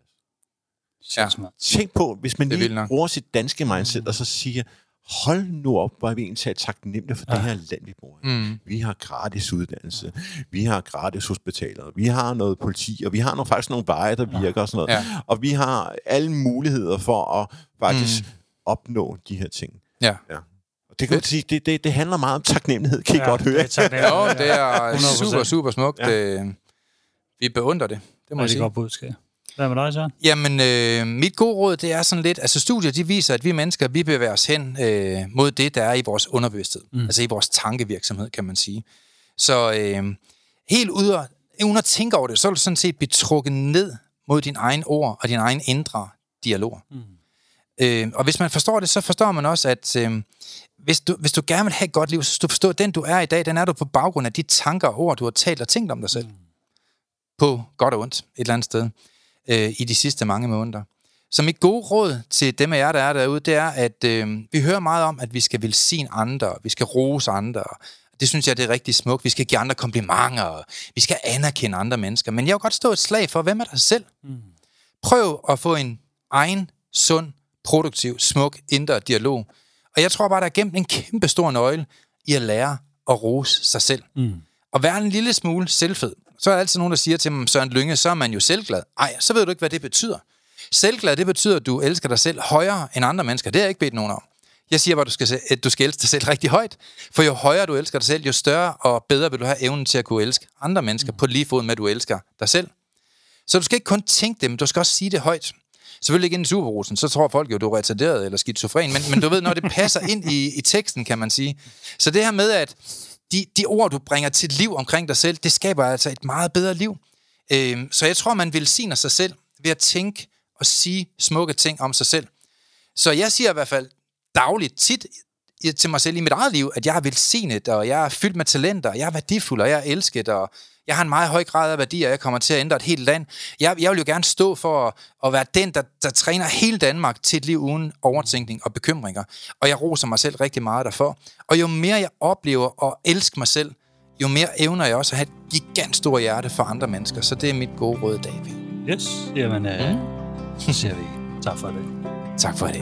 Ja. Tænk på, hvis man lige bruger sit danske mindset, mm. og så siger, hold nu op, hvor er vi egentlig taknemmelige for ja. det her land, vi bor i. Mm. Vi har gratis uddannelse, vi har gratis hospitaler, vi har noget politi, og vi har nogle, faktisk nogle veje, der virker og sådan noget. Ja. Og vi har alle muligheder for at faktisk mm. opnå de her ting. Ja. ja. Og det kan man sige, det, det, det handler meget om taknemmelighed, kan I ja, godt høre. Det er, jo, det er super, super smukt. Ja. Vi beundrer det. Det må ja, jeg sige. Det er godt budskab. Hvad med dig, så? Jamen, øh, mit gode råd, det er sådan lidt... Altså, studier, de viser, at vi mennesker, vi bevæger os hen øh, mod det, der er i vores underbevidsthed. Mm. Altså i vores tankevirksomhed, kan man sige. Så øh, helt ud af, uden at tænke over det, så vil du sådan set blive trukket ned mod din egen ord og din egen indre dialog. Mm. Øh, og hvis man forstår det, så forstår man også, at øh, hvis, du, hvis du gerne vil have et godt liv, så skal du forstå, at den, du er i dag, den er du på baggrund af de tanker og ord, du har talt og tænkt om dig selv. Mm. På godt og ondt, et eller andet sted. I de sidste mange måneder. Så mit gode råd til dem af jer, der er derude, det er, at øh, vi hører meget om, at vi skal velsigne andre, vi skal rose andre. Det synes jeg, det er rigtig smukt. Vi skal give andre komplimenter, og vi skal anerkende andre mennesker. Men jeg vil godt stå et slag for, hvem er dig selv? Mm. Prøv at få en egen, sund, produktiv, smuk, indre dialog. Og jeg tror bare, der er gemt en kæmpe stor nøgle i at lære at rose sig selv. Mm. Og være en lille smule selvfed. Så er der altid nogen, der siger til mig, Søren Lynge, så er man jo selvglad. Ej, så ved du ikke, hvad det betyder. Selvglad, det betyder, at du elsker dig selv højere end andre mennesker. Det har jeg ikke bedt nogen om. Jeg siger bare, at du skal, at du skal elske dig selv rigtig højt. For jo højere du elsker dig selv, jo større og bedre vil du have evnen til at kunne elske andre mennesker på lige fod med, at du elsker dig selv. Så du skal ikke kun tænke det, men du skal også sige det højt. Selvfølgelig ikke inden i Superbrusen, så tror folk jo, du er retarderet eller skizofren, men, men du ved, når det passer ind i, i teksten, kan man sige. Så det her med, at De, de ord, du bringer til liv omkring dig selv, det skaber altså et meget bedre liv. Øhm, så jeg tror, man velsigner sig selv ved at tænke og sige smukke ting om sig selv. Så jeg siger i hvert fald dagligt, tit til mig selv i mit eget liv, at jeg er velsignet, og jeg er fyldt med talenter, jeg er værdifuld, og jeg er elsket, og jeg har en meget høj grad af værdi, og jeg kommer til at ændre et helt land. Jeg, jeg vil jo gerne stå for at, at være den, der, der træner hele Danmark til et liv uden overtænkning og bekymringer. Og jeg roser mig selv rigtig meget derfor. Og jo mere jeg oplever at elske mig selv, jo mere evner jeg også at have et gigant stort hjerte for andre mennesker. Så det er mit gode råd, David. Yes, jamen, øh, mm. så siger vi tak for det. Tak for det.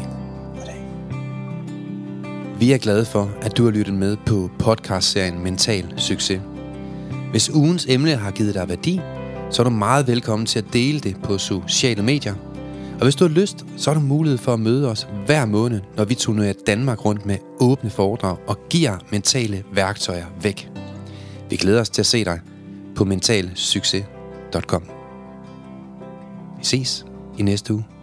Vi er glade for, at du har lyttet med på podcastserien Mental Succes. Hvis ugens emne har givet dig værdi, så er du meget velkommen til at dele det på sociale medier. Og hvis du har lyst, så har du mulighed for at møde os hver måned, når vi turnerer Danmark rundt med åbne foredrag og giver mentale værktøjer væk. Vi glæder os til at se dig på mental succes punktum com. Vi ses i næste uge.